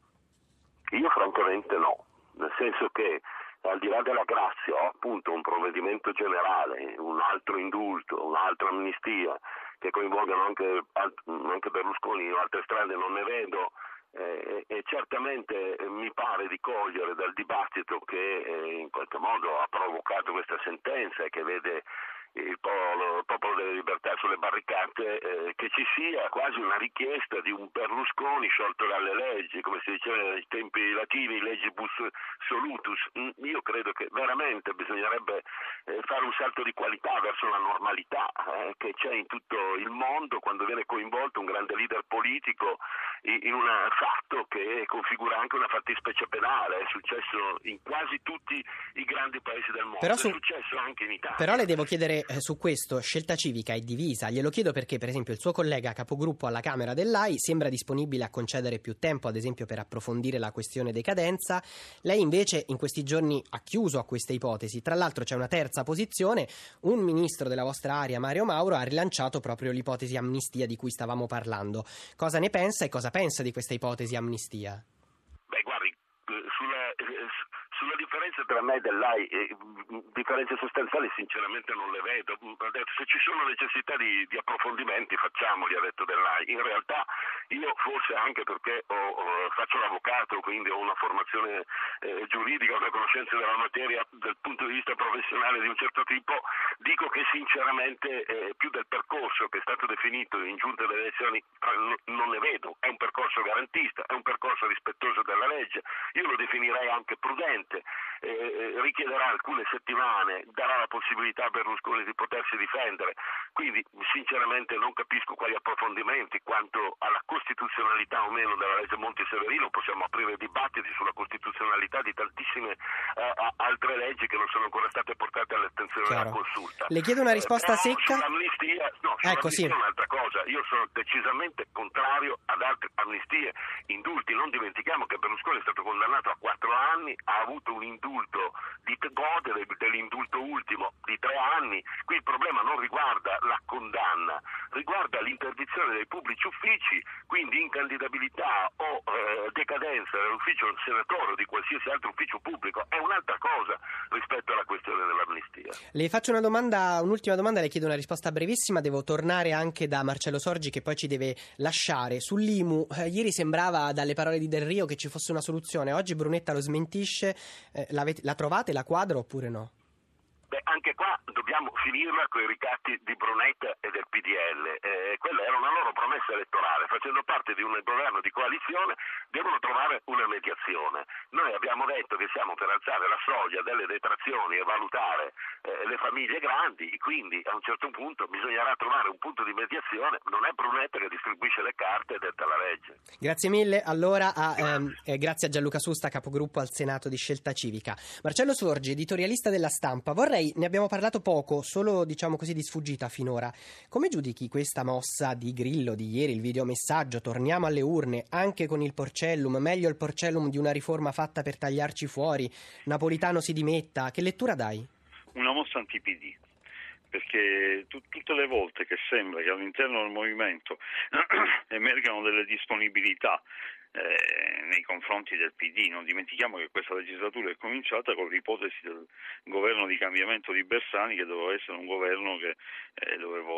Io francamente no, nel senso che al di là della grazia ho appunto un provvedimento generale, un altro indulto, un'altra amnistia che coinvolgano anche, anche Berlusconi o altre strade non ne vedo, eh, e certamente eh, mi pare di cogliere dal dibattito che eh, in qualche modo ha provocato questa sentenza e che vede il popolo, il popolo delle libertà sulle barricate, eh, che ci sia quasi una richiesta di un Berlusconi sciolto dalle leggi, come si diceva nei tempi latini, legibus solutus. Io credo che veramente bisognerebbe eh, fare un salto di qualità verso la normalità eh, che c'è in tutto il mondo quando viene coinvolto un grande leader politico in, in un fatto che configura anche una fattispecie penale. È successo in quasi tutti i grandi paesi del mondo, però su... è successo anche in Italia. Però le devo chiedere eh, su questo, Scelta Civica è divisa. Glielo chiedo perché, per esempio, il suo collega capogruppo alla Camera dell'A I sembra disponibile a concedere più tempo, ad esempio per approfondire la questione decadenza. Lei invece in questi giorni ha chiuso a queste ipotesi. Tra l'altro c'è una terza posizione: un ministro della vostra area, Mario Mauro, ha rilanciato proprio l'ipotesi amnistia di cui stavamo parlando. Cosa ne pensa e cosa pensa di questa ipotesi amnistia? Beh, guardi, sulla, sulla differenza tra me e dell'A I, eh, differenze sostanziali sinceramente non le vedo. Ha detto, se ci sono necessità di, di approfondimenti facciamoli, ha detto dell'A I. In realtà io, forse anche perché ho, ho, faccio l'avvocato, quindi ho una formazione eh, giuridica, una conoscenza della materia dal punto di vista professionale di un certo tipo, dico che sinceramente eh, più del percorso che è stato definito in giunta delle elezioni non ne vedo. È un percorso garantista, è un percorso rispettoso della legge, io lo definirei anche prudente, eh, richiederà alcune settimane, darà la possibilità a Berlusconi di potersi difendere, quindi sinceramente non capisco quali approfondimenti quanto alla costituzionalità o meno della legge Monti Severino. Possiamo aprire dibattiti sulla costituzionalità di tantissime eh, altre leggi che non sono ancora state portate all'attenzione Chiaro. della consulta. Le chiedo una risposta eh, secca. Sull'amnistia, no, ecco, sull'amnistia sì. è un'altra cosa. Io sono decisamente contrario ad altre amnistie, indulti. Non dimentichiamo che Berlusconi è stato condannato a quattro anni, ha avuto un indulto di gode dell'indulto ultimo di tre anni. Qui il problema non riguarda la condanna, riguarda l'interdizione dei pubblici uffici, quindi incandidabilità o eh, decadenza dell'ufficio senatore o di qualsiasi altro ufficio pubblico. È un'altra cosa rispetto alla questione dell'amnistia. Le faccio una domanda, un'ultima domanda, le chiedo una risposta brevissima. Devo tornare anche da Marcello Sorgi che poi ci deve lasciare. Sull'I M U, eh, ieri sembrava dalle parole di Del Rio che ci fosse una soluzione, oggi Brunetta lo smentisce. Eh, la trovate la quadra oppure no? Beh, anche qua dobbiamo finirla con i ricatti di Brunetta e del P D L. Eh, quella era una loro promessa promessa elettorale, facendo parte di un governo di coalizione, devono trovare una mediazione. Noi abbiamo detto che siamo per alzare la soglia delle detrazioni e valutare eh, le famiglie grandi, quindi a un certo punto bisognerà trovare un punto di mediazione. Non è Brunetta che distribuisce le carte, è detta la legge. Grazie mille. Allora, a, ehm, eh, grazie a Gianluca Susta, capogruppo al Senato di Scelta Civica. Marcello Sorgi, editorialista della Stampa. Vorrei, ne abbiamo parlato poco, solo diciamo così di sfuggita finora. Come giudichi questa mossa di Grillo di ieri, il videomessaggio, torniamo alle urne, anche con il Porcellum, meglio il Porcellum di una riforma fatta per tagliarci fuori, Napolitano si dimetta, che lettura dai? Una mossa anti-P D. Perché tu, tutte le volte che sembra che all'interno del movimento emergano delle disponibilità eh, nei confronti del P D, non dimentichiamo che questa legislatura è cominciata con l'ipotesi del governo di cambiamento di Bersani, che doveva essere un governo che eh, doveva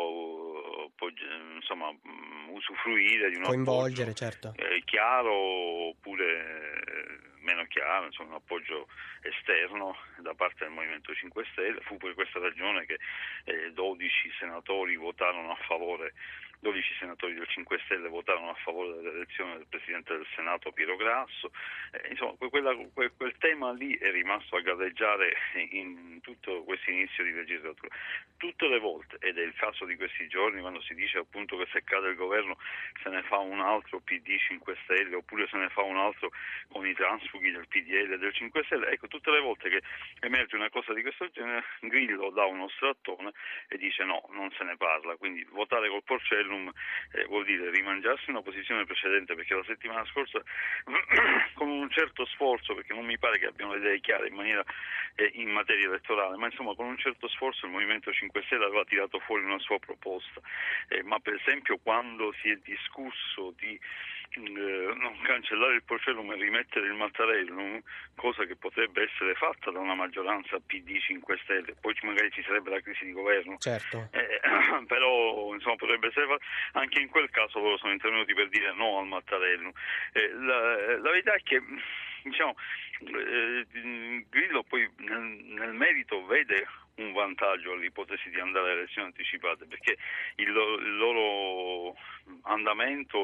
insomma usufruire di un coinvolgere, appoggio certo. eh, chiaro oppure eh, meno chiaro, insomma un appoggio esterno da parte del Movimento cinque Stelle. Fu per questa ragione che eh, dodici senatori votarono a favore, dodici senatori del cinque Stelle votarono a favore dell'elezione del Presidente del Senato Piero Grasso. Eh, insomma quella, quel, quel tema lì è rimasto a galleggiare in tutto questo inizio di legislatura. Tutte le volte, ed è il caso di questi giorni, quando si dice appunto che se cade il governo se ne fa un altro P D cinque Stelle oppure se ne fa un altro con i transfughi del P D L e del cinque Stelle, ecco, tutte le volte che emerge una cosa di questo genere Grillo dà uno strattone e dice no, non se ne parla. Quindi votare col Porcellum eh, vuol dire rimangiarsi una posizione precedente, perché la settimana scorsa con un certo sforzo, perché non mi pare che abbiano le idee chiare in maniera eh, in materia elettorale, ma insomma con un certo sforzo il Movimento cinque Stelle aveva tirato fuori una sua proposta, eh, ma per esempio quando si è discusso di eh, non cancellare il Porcellum e rimettere il Mattarellum, cosa che potrebbe essere fatta da una maggioranza P D cinque Stelle, poi magari ci sarebbe la crisi di governo, certo. eh, però insomma potrebbe essere fatta. Anche in quel caso loro sono intervenuti per dire no al Mattarellum. Eh, la, la verità è che diciamo eh, Grillo poi nel, nel merito vede un vantaggio all'ipotesi di andare alle elezioni anticipate, perché il, il loro andamento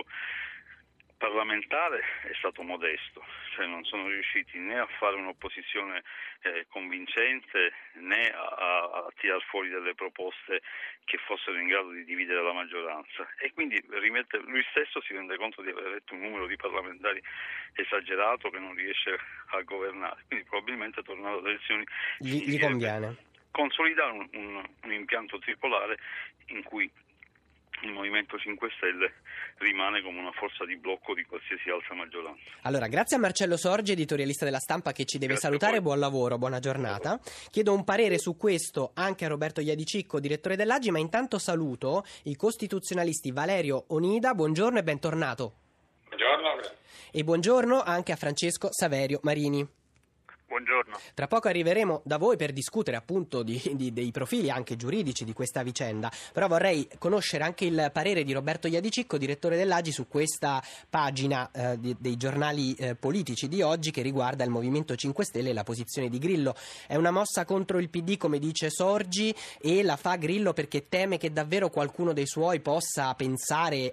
parlamentare è stato modesto, cioè non sono riusciti né a fare un'opposizione eh, convincente né a, a tirar fuori delle proposte che fossero in grado di dividere la maggioranza, e quindi rimette, lui stesso si rende conto di aver eletto un numero di parlamentari esagerato che non riesce a governare, quindi probabilmente tornare alle elezioni gli, gli conviene consolidare un, un, un impianto tripolare in cui il Movimento cinque Stelle rimane come una forza di blocco di qualsiasi altra maggioranza. Allora, grazie a Marcello Sorgi, editorialista della Stampa, che ci deve grazie salutare. Buon lavoro, buona giornata. Chiedo un parere su questo anche a Roberto Iadicicco, direttore dell'A G I, ma intanto saluto i costituzionalisti Valerio Onida, buongiorno e bentornato. Buongiorno. E buongiorno anche a Francesco Saverio Marini. Buongiorno. Tra poco arriveremo da voi per discutere appunto di, di, dei profili anche giuridici di questa vicenda, però vorrei conoscere anche il parere di Roberto Iadicicco, direttore dell'A G I, su questa pagina eh, di, dei giornali eh, politici di oggi che riguarda il Movimento cinque Stelle e la posizione di Grillo. È una mossa contro il P D, come dice Sorgi, e la fa Grillo perché teme che davvero qualcuno dei suoi possa pensare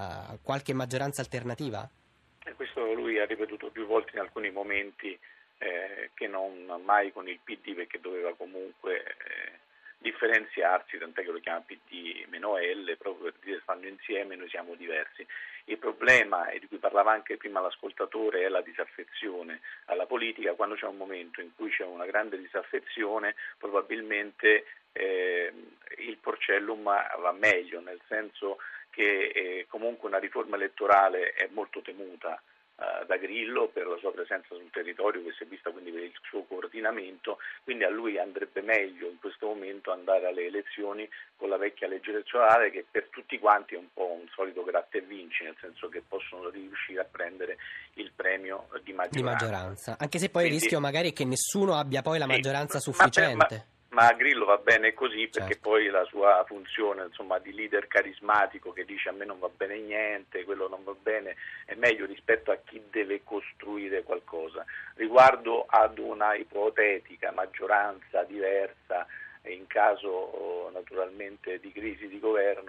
a qualche maggioranza alternativa? E questo lui ha ripetuto più volte in alcuni momenti, Eh, che non mai con il P D, perché doveva comunque eh, differenziarsi, tant'è che lo chiama P D meno L, proprio per dire stanno insieme, noi siamo diversi. Il problema, e di cui parlava anche prima l'ascoltatore, è la disaffezione alla politica. Quando c'è un momento in cui c'è una grande disaffezione, probabilmente eh, il Porcellum va meglio, nel senso che eh, comunque una riforma elettorale è molto temuta da Grillo per la sua presenza sul territorio, che si è vista quindi per il suo coordinamento, quindi a lui andrebbe meglio in questo momento andare alle elezioni con la vecchia legge elettorale, che per tutti quanti è un po' un solito gratta e vinci, nel senso che possono riuscire a prendere il premio di maggioranza. Di maggioranza. Anche se poi quindi, il rischio magari è che nessuno abbia poi la maggioranza sì, sufficiente. Ma, ma, ma a Grillo va bene così, perché certo. Poi la sua funzione insomma di leader carismatico che dice a me non va bene niente, quello non va bene, è meglio rispetto a chi deve costruire qualcosa. Riguardo ad una ipotetica maggioranza diversa in caso naturalmente di crisi di governo,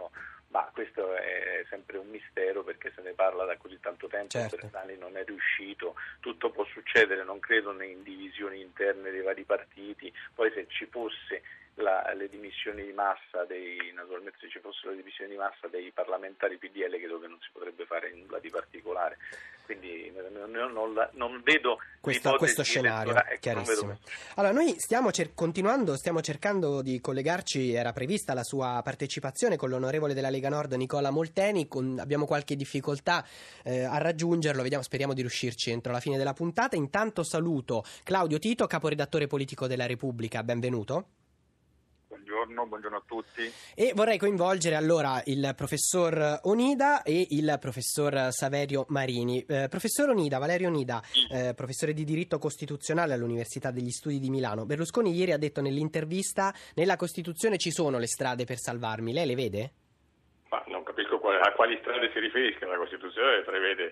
Ma questo è sempre un mistero perché se ne parla da così tanto tempo, certo. Bersani non è riuscito, tutto può succedere, non credo in divisioni interne dei vari partiti, poi se ci fosse la, le dimissioni di massa dei, naturalmente se ci fossero le dimissioni di massa dei parlamentari P D L credo che non si potrebbe fare nulla di particolare, quindi non, non, non vedo Questa, questo scenario, ecco, chiarissimo. Allora noi stiamo cer- continuando, stiamo cercando di collegarci, era prevista la sua partecipazione con l'onorevole della Lega Nord Nicola Molteni, con, abbiamo qualche difficoltà eh, a raggiungerlo, vediamo, speriamo di riuscirci entro la fine della puntata. Intanto saluto Claudio Tito, caporedattore politico della Repubblica, benvenuto. Buongiorno, buongiorno a tutti. E vorrei coinvolgere allora il professor Onida e il professor Saverio Marini. Eh, professor Onida, Valerio Onida, eh, professore di diritto costituzionale all'Università degli Studi di Milano. Berlusconi ieri ha detto nell'intervista: nella Costituzione ci sono le strade per salvarmi, lei le vede? Ma non capisco qual- a quali strade si riferisca. La Costituzione prevede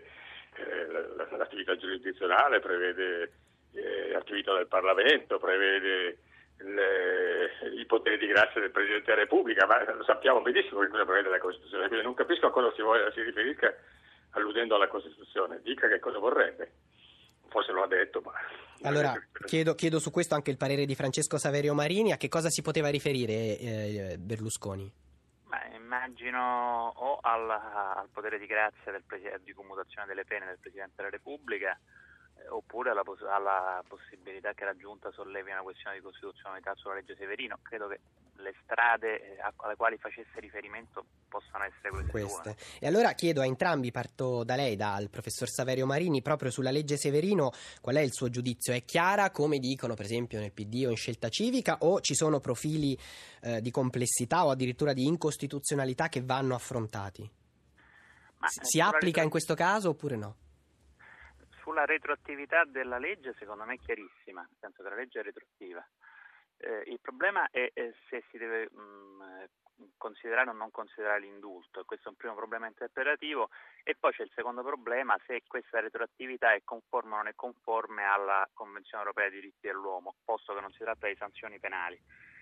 eh, l'attività giurisdizionale, prevede eh, l'attività del Parlamento, prevede Le, i poteri di grazia del Presidente della Repubblica, ma sappiamo benissimo che cosa prevede la Costituzione, quindi non capisco a cosa si, voglia, si riferisca alludendo alla Costituzione. Dica che cosa vorrebbe, forse lo ha detto, ma... Allora chiedo, chiedo su questo anche il parere di Francesco Saverio Marini. A che cosa si poteva riferire eh, Berlusconi? Ma immagino o al, al potere di grazia del presi- di commutazione delle pene del Presidente della Repubblica, oppure alla, pos- alla possibilità che la Giunta sollevi una questione di costituzionalità sulla legge Severino. Credo che le strade alle quali facesse riferimento possano essere queste, queste. Due. E allora chiedo a entrambi, parto da lei, dal professor Saverio Marini, proprio sulla legge Severino, qual è il suo giudizio? È chiara, come dicono per esempio nel P D o in Scelta Civica, o ci sono profili eh, di complessità o addirittura di incostituzionalità che vanno affrontati? Ma, si si applica retro... in questo caso oppure no? Sulla retroattività della legge secondo me è chiarissima, nel senso che la legge è retroattiva. Eh, il problema è, è se si deve mh, considerare o non considerare l'indulto, questo è un primo problema interpretativo, e poi c'è il secondo problema, se questa retroattività è conforme o non è conforme alla Convenzione Europea dei Diritti dell'Uomo, posto che non si tratta di sanzioni penali.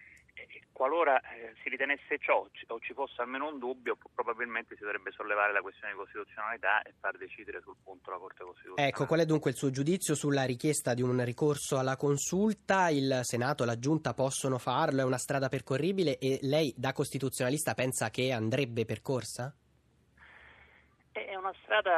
Qualora eh, si ritenesse ciò o ci fosse almeno un dubbio, probabilmente si dovrebbe sollevare la questione di costituzionalità e far decidere sul punto la Corte Costituzionale. Ecco, qual è dunque il suo giudizio sulla richiesta di un ricorso alla consulta? Il Senato e la Giunta possono farlo, è una strada percorribile e lei da costituzionalista pensa che andrebbe percorsa? È una strada,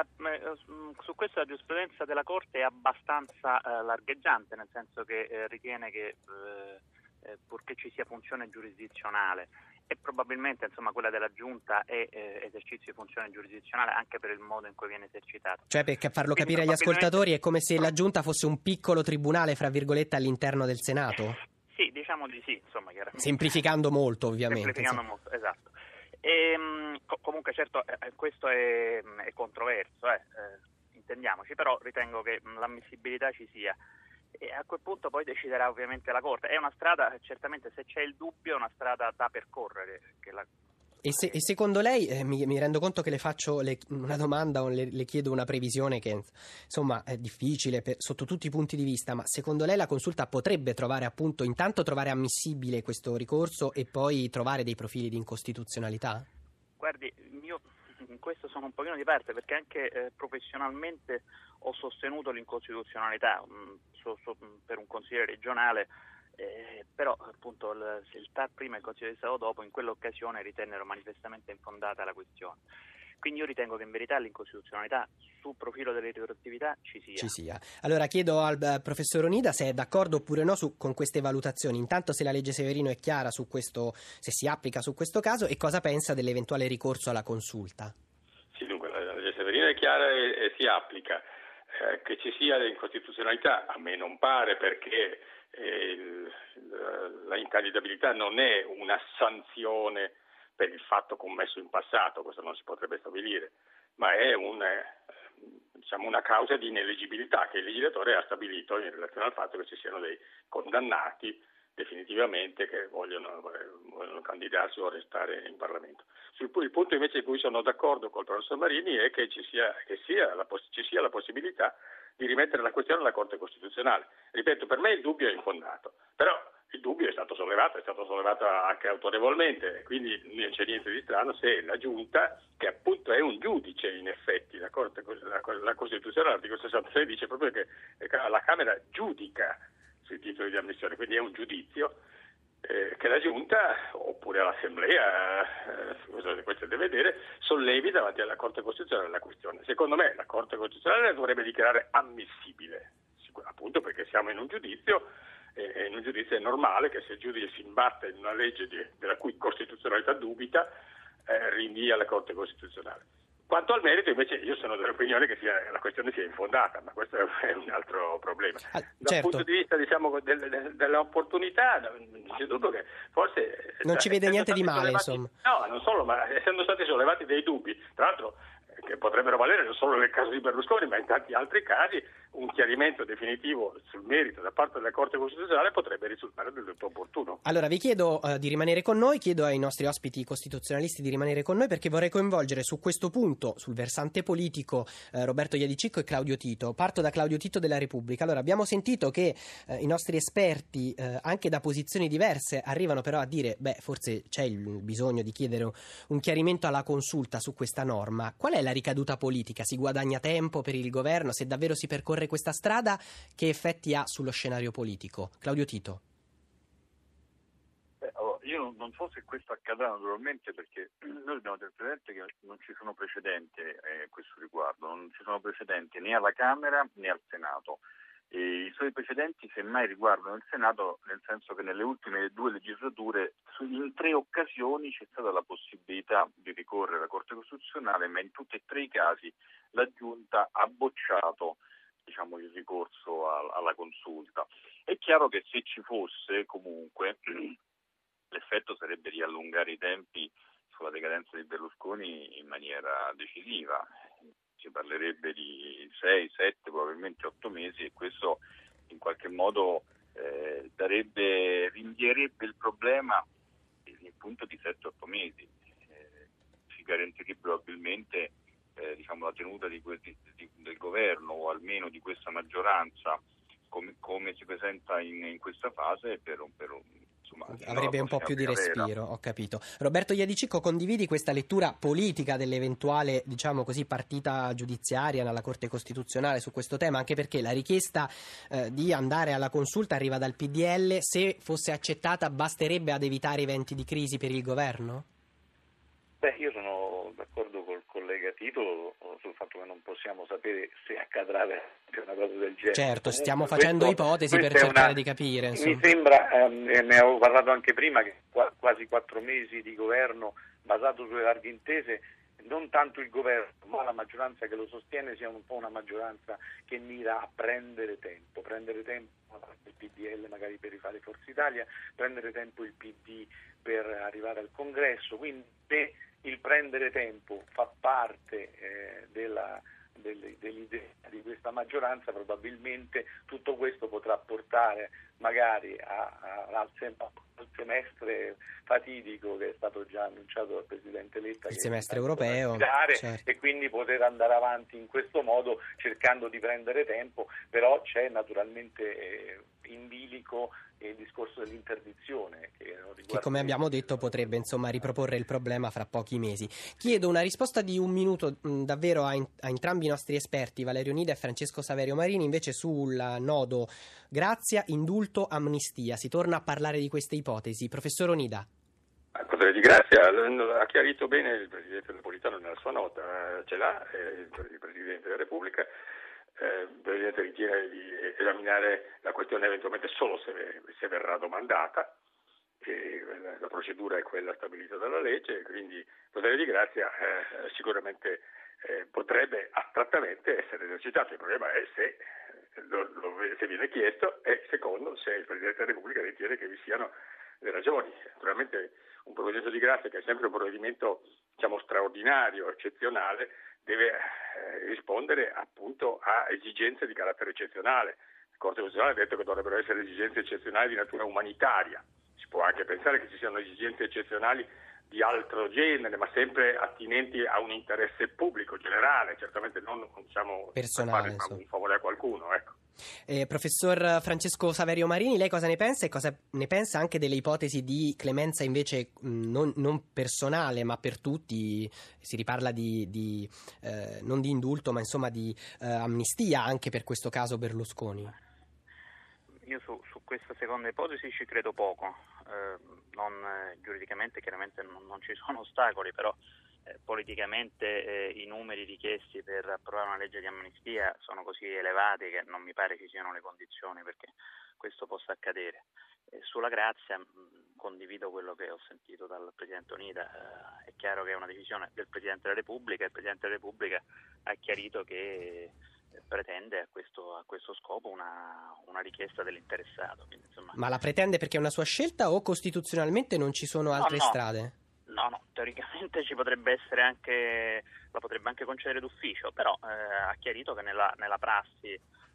su questo la giurisprudenza della Corte è abbastanza eh, largheggiante, nel senso che eh, ritiene che eh, Eh, purché ci sia funzione giurisdizionale, e probabilmente insomma quella della Giunta è eh, esercizio di funzione giurisdizionale anche per il modo in cui viene esercitato. Cioè, per farlo Quindi capire agli ascoltatori, è come se la Giunta fosse un piccolo tribunale, fra virgolette, all'interno del Senato? Sì, diciamo di sì, insomma, chiaramente. Semplificando molto, ovviamente. Semplificando sì. molto, esatto. E, co- comunque certo eh, questo è, è controverso, eh. Eh, intendiamoci, però ritengo che mh, l'ammissibilità ci sia. E a quel punto poi deciderà ovviamente la Corte. È una strada, certamente se c'è il dubbio, è una strada da percorrere. Che la... e, se, e secondo lei, eh, mi, mi rendo conto che le faccio le, una domanda o le, le chiedo una previsione che insomma è difficile per, sotto tutti i punti di vista, ma secondo lei la consulta potrebbe trovare appunto, intanto trovare ammissibile questo ricorso e poi trovare dei profili di incostituzionalità? Guardi, io in questo sono un pochino di parte, perché anche eh, professionalmente ho sostenuto l'incostituzionalità mh, so, so, per un consigliere regionale, eh, però appunto il, il T A R prima e il Consiglio di Stato dopo in quell'occasione ritennero manifestamente infondata la questione. Quindi io ritengo che in verità l'incostituzionalità sul profilo delle retroattività ci sia. Ci sia. Allora chiedo al uh, professor Onida se è d'accordo oppure no su, con queste valutazioni. Intanto se la legge Severino è chiara su questo, se si applica su questo caso, e cosa pensa dell'eventuale ricorso alla consulta. Sì, dunque la legge Severino è chiara e, e si applica. Eh, che ci sia l'incostituzionalità a me non pare, perché eh, il, la incandidabilità non è una sanzione per il fatto commesso in passato, questo non si potrebbe stabilire, ma è un, eh, diciamo una causa di ineleggibilità che il legislatore ha stabilito in relazione al fatto che ci siano dei condannati definitivamente che vogliono, vogliono candidarsi o restare in Parlamento. Sul, il punto invece in cui sono d'accordo col professor Marini è che ci sia, che sia la, ci sia la possibilità di rimettere la questione alla Corte Costituzionale. Ripeto, per me il dubbio è infondato, però il dubbio è stato sollevato, è stato sollevato anche autorevolmente, quindi non c'è niente di strano se la Giunta, che appunto è un giudice in effetti, la, Corte, la, la Costituzione, l'articolo sessantasei dice proprio che la Camera giudica sui titoli di ammissione, quindi è un giudizio eh, che la Giunta, oppure l'Assemblea, eh, questo deve vedere, sollevi davanti alla Corte Costituzionale la questione. Secondo me la Corte Costituzionale dovrebbe dichiarare ammissibile, appunto perché siamo in un giudizio, e in un giudizio è normale che se il giudice si imbatte in una legge di, della cui costituzionalità dubita, eh, rinvia alla Corte Costituzionale. Quanto al merito, invece, io sono dell'opinione che sia, la questione sia infondata, ma questo è un altro problema. Ah, Dal certo. punto di vista, diciamo, del, del, dell'opportunità, non c'è dubbio che forse non ci vede niente di male, sollevati, insomma. No, non solo, ma essendo stati sollevati dei dubbi, tra l'altro, che potrebbero valere non solo nel caso di Berlusconi, ma in tanti altri casi, un chiarimento definitivo sul merito da parte della Corte Costituzionale potrebbe risultare del tutto opportuno. Allora vi chiedo uh, di rimanere con noi, chiedo ai nostri ospiti costituzionalisti di rimanere con noi, perché vorrei coinvolgere su questo punto, sul versante politico, uh, Roberto Iadicicco e Claudio Tito. Parto da Claudio Tito della Repubblica. Allora, abbiamo sentito che uh, i nostri esperti, uh, anche da posizioni diverse, arrivano però a dire, beh, forse c'è il bisogno di chiedere un chiarimento alla Consulta su questa norma. Qual è la ricaduta politica? Si guadagna tempo per il governo? Se davvero si percorre questa strada, che effetti ha sullo scenario politico? Claudio Tito. Beh, allora, io non so se questo accadrà naturalmente, perché noi dobbiamo tenere presente che non ci sono precedenti eh, a questo riguardo, non ci sono precedenti né alla Camera né al Senato. E i suoi precedenti semmai riguardano il Senato, nel senso che nelle ultime due legislature in tre occasioni c'è stata la possibilità di ricorrere alla Corte Costituzionale, ma in tutti e tre i casi la Giunta ha bocciato, diciamo, il ricorso a, alla Consulta. È chiaro che se ci fosse comunque l'effetto sarebbe di allungare i tempi sulla decadenza di Berlusconi in maniera decisiva. Si parlerebbe di sei, sette, probabilmente otto mesi, e questo in qualche modo eh, darebbe, rinvierebbe il problema in punto di sette otto mesi. Eh, si garantirebbe probabilmente eh, diciamo, la tenuta di, di, di, del governo, o almeno di questa maggioranza, come, come si presenta in, in questa fase, per un, per un Insomma, avrebbe un po' più di respiro, ho capito. Roberto Iadicicco, condividi questa lettura politica dell'eventuale, diciamo così, partita giudiziaria nella Corte Costituzionale su questo tema, anche perché la richiesta eh, di andare alla Consulta arriva dal P D L, se fosse accettata basterebbe ad evitare eventi di crisi per il governo? Beh, io sono d'accordo col collega Tito sul fatto che non possiamo sapere se accadrà una cosa del genere. Certo, Comunque, stiamo facendo questo, ipotesi per cercare una, di capire. Insomma. Mi sembra, ehm, e ne avevo parlato anche prima, che qua, quasi quattro mesi di governo basato sulle larghe intese, non tanto il governo, ma la maggioranza che lo sostiene sia un po' una maggioranza che mira a prendere tempo, prendere tempo il P D L magari per rifare Forza Italia, prendere tempo il P D per arrivare al Congresso, quindi se il prendere tempo fa parte eh, della, delle, dell'idea di questa maggioranza, probabilmente tutto questo potrà portare magari a, a, al, sem- al semestre fatidico che è stato già annunciato dal Presidente Letta, il che semestre europeo, certo. E quindi poter andare avanti in questo modo cercando di prendere tempo, però c'è naturalmente eh, in bilico il discorso dell'interdizione che, che come abbiamo detto potrebbe insomma riproporre il problema fra pochi mesi. Chiedo una risposta di un minuto mh, davvero a, in, a entrambi i nostri esperti, Valerio Nida e Francesco Saverio Marini, invece sul nodo grazia, indulto, amnistia. Si torna a parlare di queste ipotesi. Professor Onida. Il potere di grazia ha chiarito bene il Presidente Napolitano nella sua nota, ce l'ha eh, il Presidente della Repubblica. Eh, il Presidente ritiene di esaminare la questione eventualmente solo se, se verrà domandata, e la, la procedura è quella stabilita dalla legge, quindi il potere di grazia eh, sicuramente eh, potrebbe astrattamente essere esercitato. Il problema è se, lo, lo, se viene chiesto, e secondo se il Presidente della Repubblica ritiene che vi siano le ragioni. Naturalmente un provvedimento di grazia, che è sempre un provvedimento, diciamo, straordinario, eccezionale, deve eh, rispondere appunto a esigenze di carattere eccezionale. La Corte Costituzionale ha detto che dovrebbero essere esigenze eccezionali di natura umanitaria. Si può anche pensare che ci siano esigenze eccezionali di altro genere, ma sempre attinenti a un interesse pubblico generale, certamente non, diciamo, personale, per fare un favore a qualcuno, ecco. Eh, professor Francesco Saverio Marini, lei cosa ne pensa e cosa ne pensa anche delle ipotesi di clemenza invece mh, non, non personale ma per tutti? Si riparla di, di eh, non di indulto ma insomma di eh, amnistia anche per questo caso Berlusconi. Io su, su questa seconda ipotesi ci credo poco, eh, non, eh, giuridicamente chiaramente non, non ci sono ostacoli, però eh, politicamente eh, i numeri richiesti per approvare una legge di amnistia sono così elevati che non mi pare ci siano le condizioni perché questo possa accadere. E sulla grazia mh, condivido quello che ho sentito dal Presidente Onida, eh, è chiaro che è una decisione del Presidente della Repubblica e il Presidente della Repubblica ha chiarito che pretende a questo, a questo scopo una, una richiesta dell'interessato. Quindi, insomma, ma la pretende perché è una sua scelta o costituzionalmente non ci sono altre no, no. strade? No, no, teoricamente ci potrebbe essere anche, la potrebbe anche concedere d'ufficio, però eh, ha chiarito che nella, nella prassi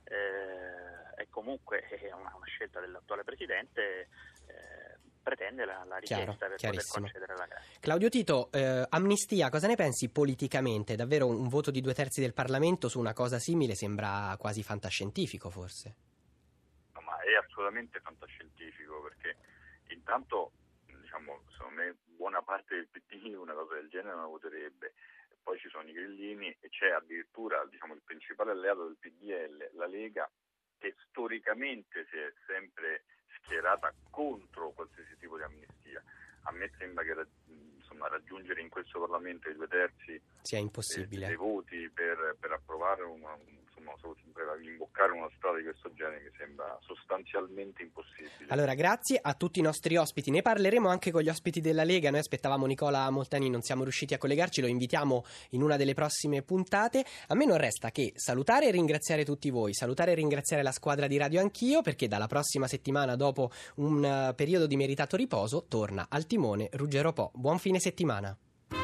eh, è comunque è una, una scelta dell'attuale Presidente, eh, pretende la, la richiesta Chiaro, per poter concedere la grazia. Claudio Tito, eh, amnistia, cosa ne pensi politicamente? Davvero un voto di due terzi del Parlamento su una cosa simile sembra quasi fantascientifico forse? No, ma è assolutamente fantascientifico perché intanto, diciamo, secondo me buona parte del P D una cosa del genere non la voterebbe. Poi ci sono i grillini e c'è addirittura, diciamo, il principale alleato del P D L, la Lega, che storicamente si è sempre schierata contro qualsiasi tipo di amnistia. A me sembra che insomma, raggiungere in questo Parlamento i due terzi sia impossibile. dei voti per, per approvare una, insomma, per imboccare una strada di questo genere mi sembra sostanzialmente impossibile. Allora, grazie a tutti i nostri ospiti. Ne parleremo anche con gli ospiti della Lega. Noi aspettavamo Nicola Molteni, non siamo riusciti a collegarci, lo invitiamo in una delle prossime puntate. A me non resta che salutare e ringraziare tutti voi, salutare e ringraziare la squadra di Radio Anch'io, perché dalla prossima settimana, dopo un uh, periodo di meritato riposo, torna al timone Ruggero Po. Buon fine settimana.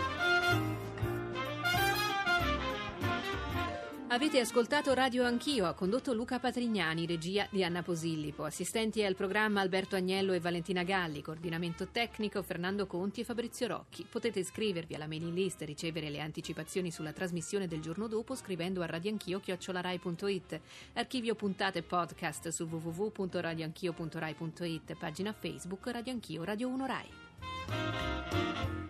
Avete ascoltato Radio Anch'io, ha condotto Luca Patrignani, regia di Anna Posillipo, assistenti al programma Alberto Agnello e Valentina Galli, coordinamento tecnico Fernando Conti e Fabrizio Rocchi. Potete iscrivervi alla mailing list e ricevere le anticipazioni sulla trasmissione del giorno dopo scrivendo a radioanchio chiocciola rai punto it. Archivio puntate podcast su w w w punto radioanchio punto rai punto it, pagina Facebook Radio Anch'io Radio uno Rai.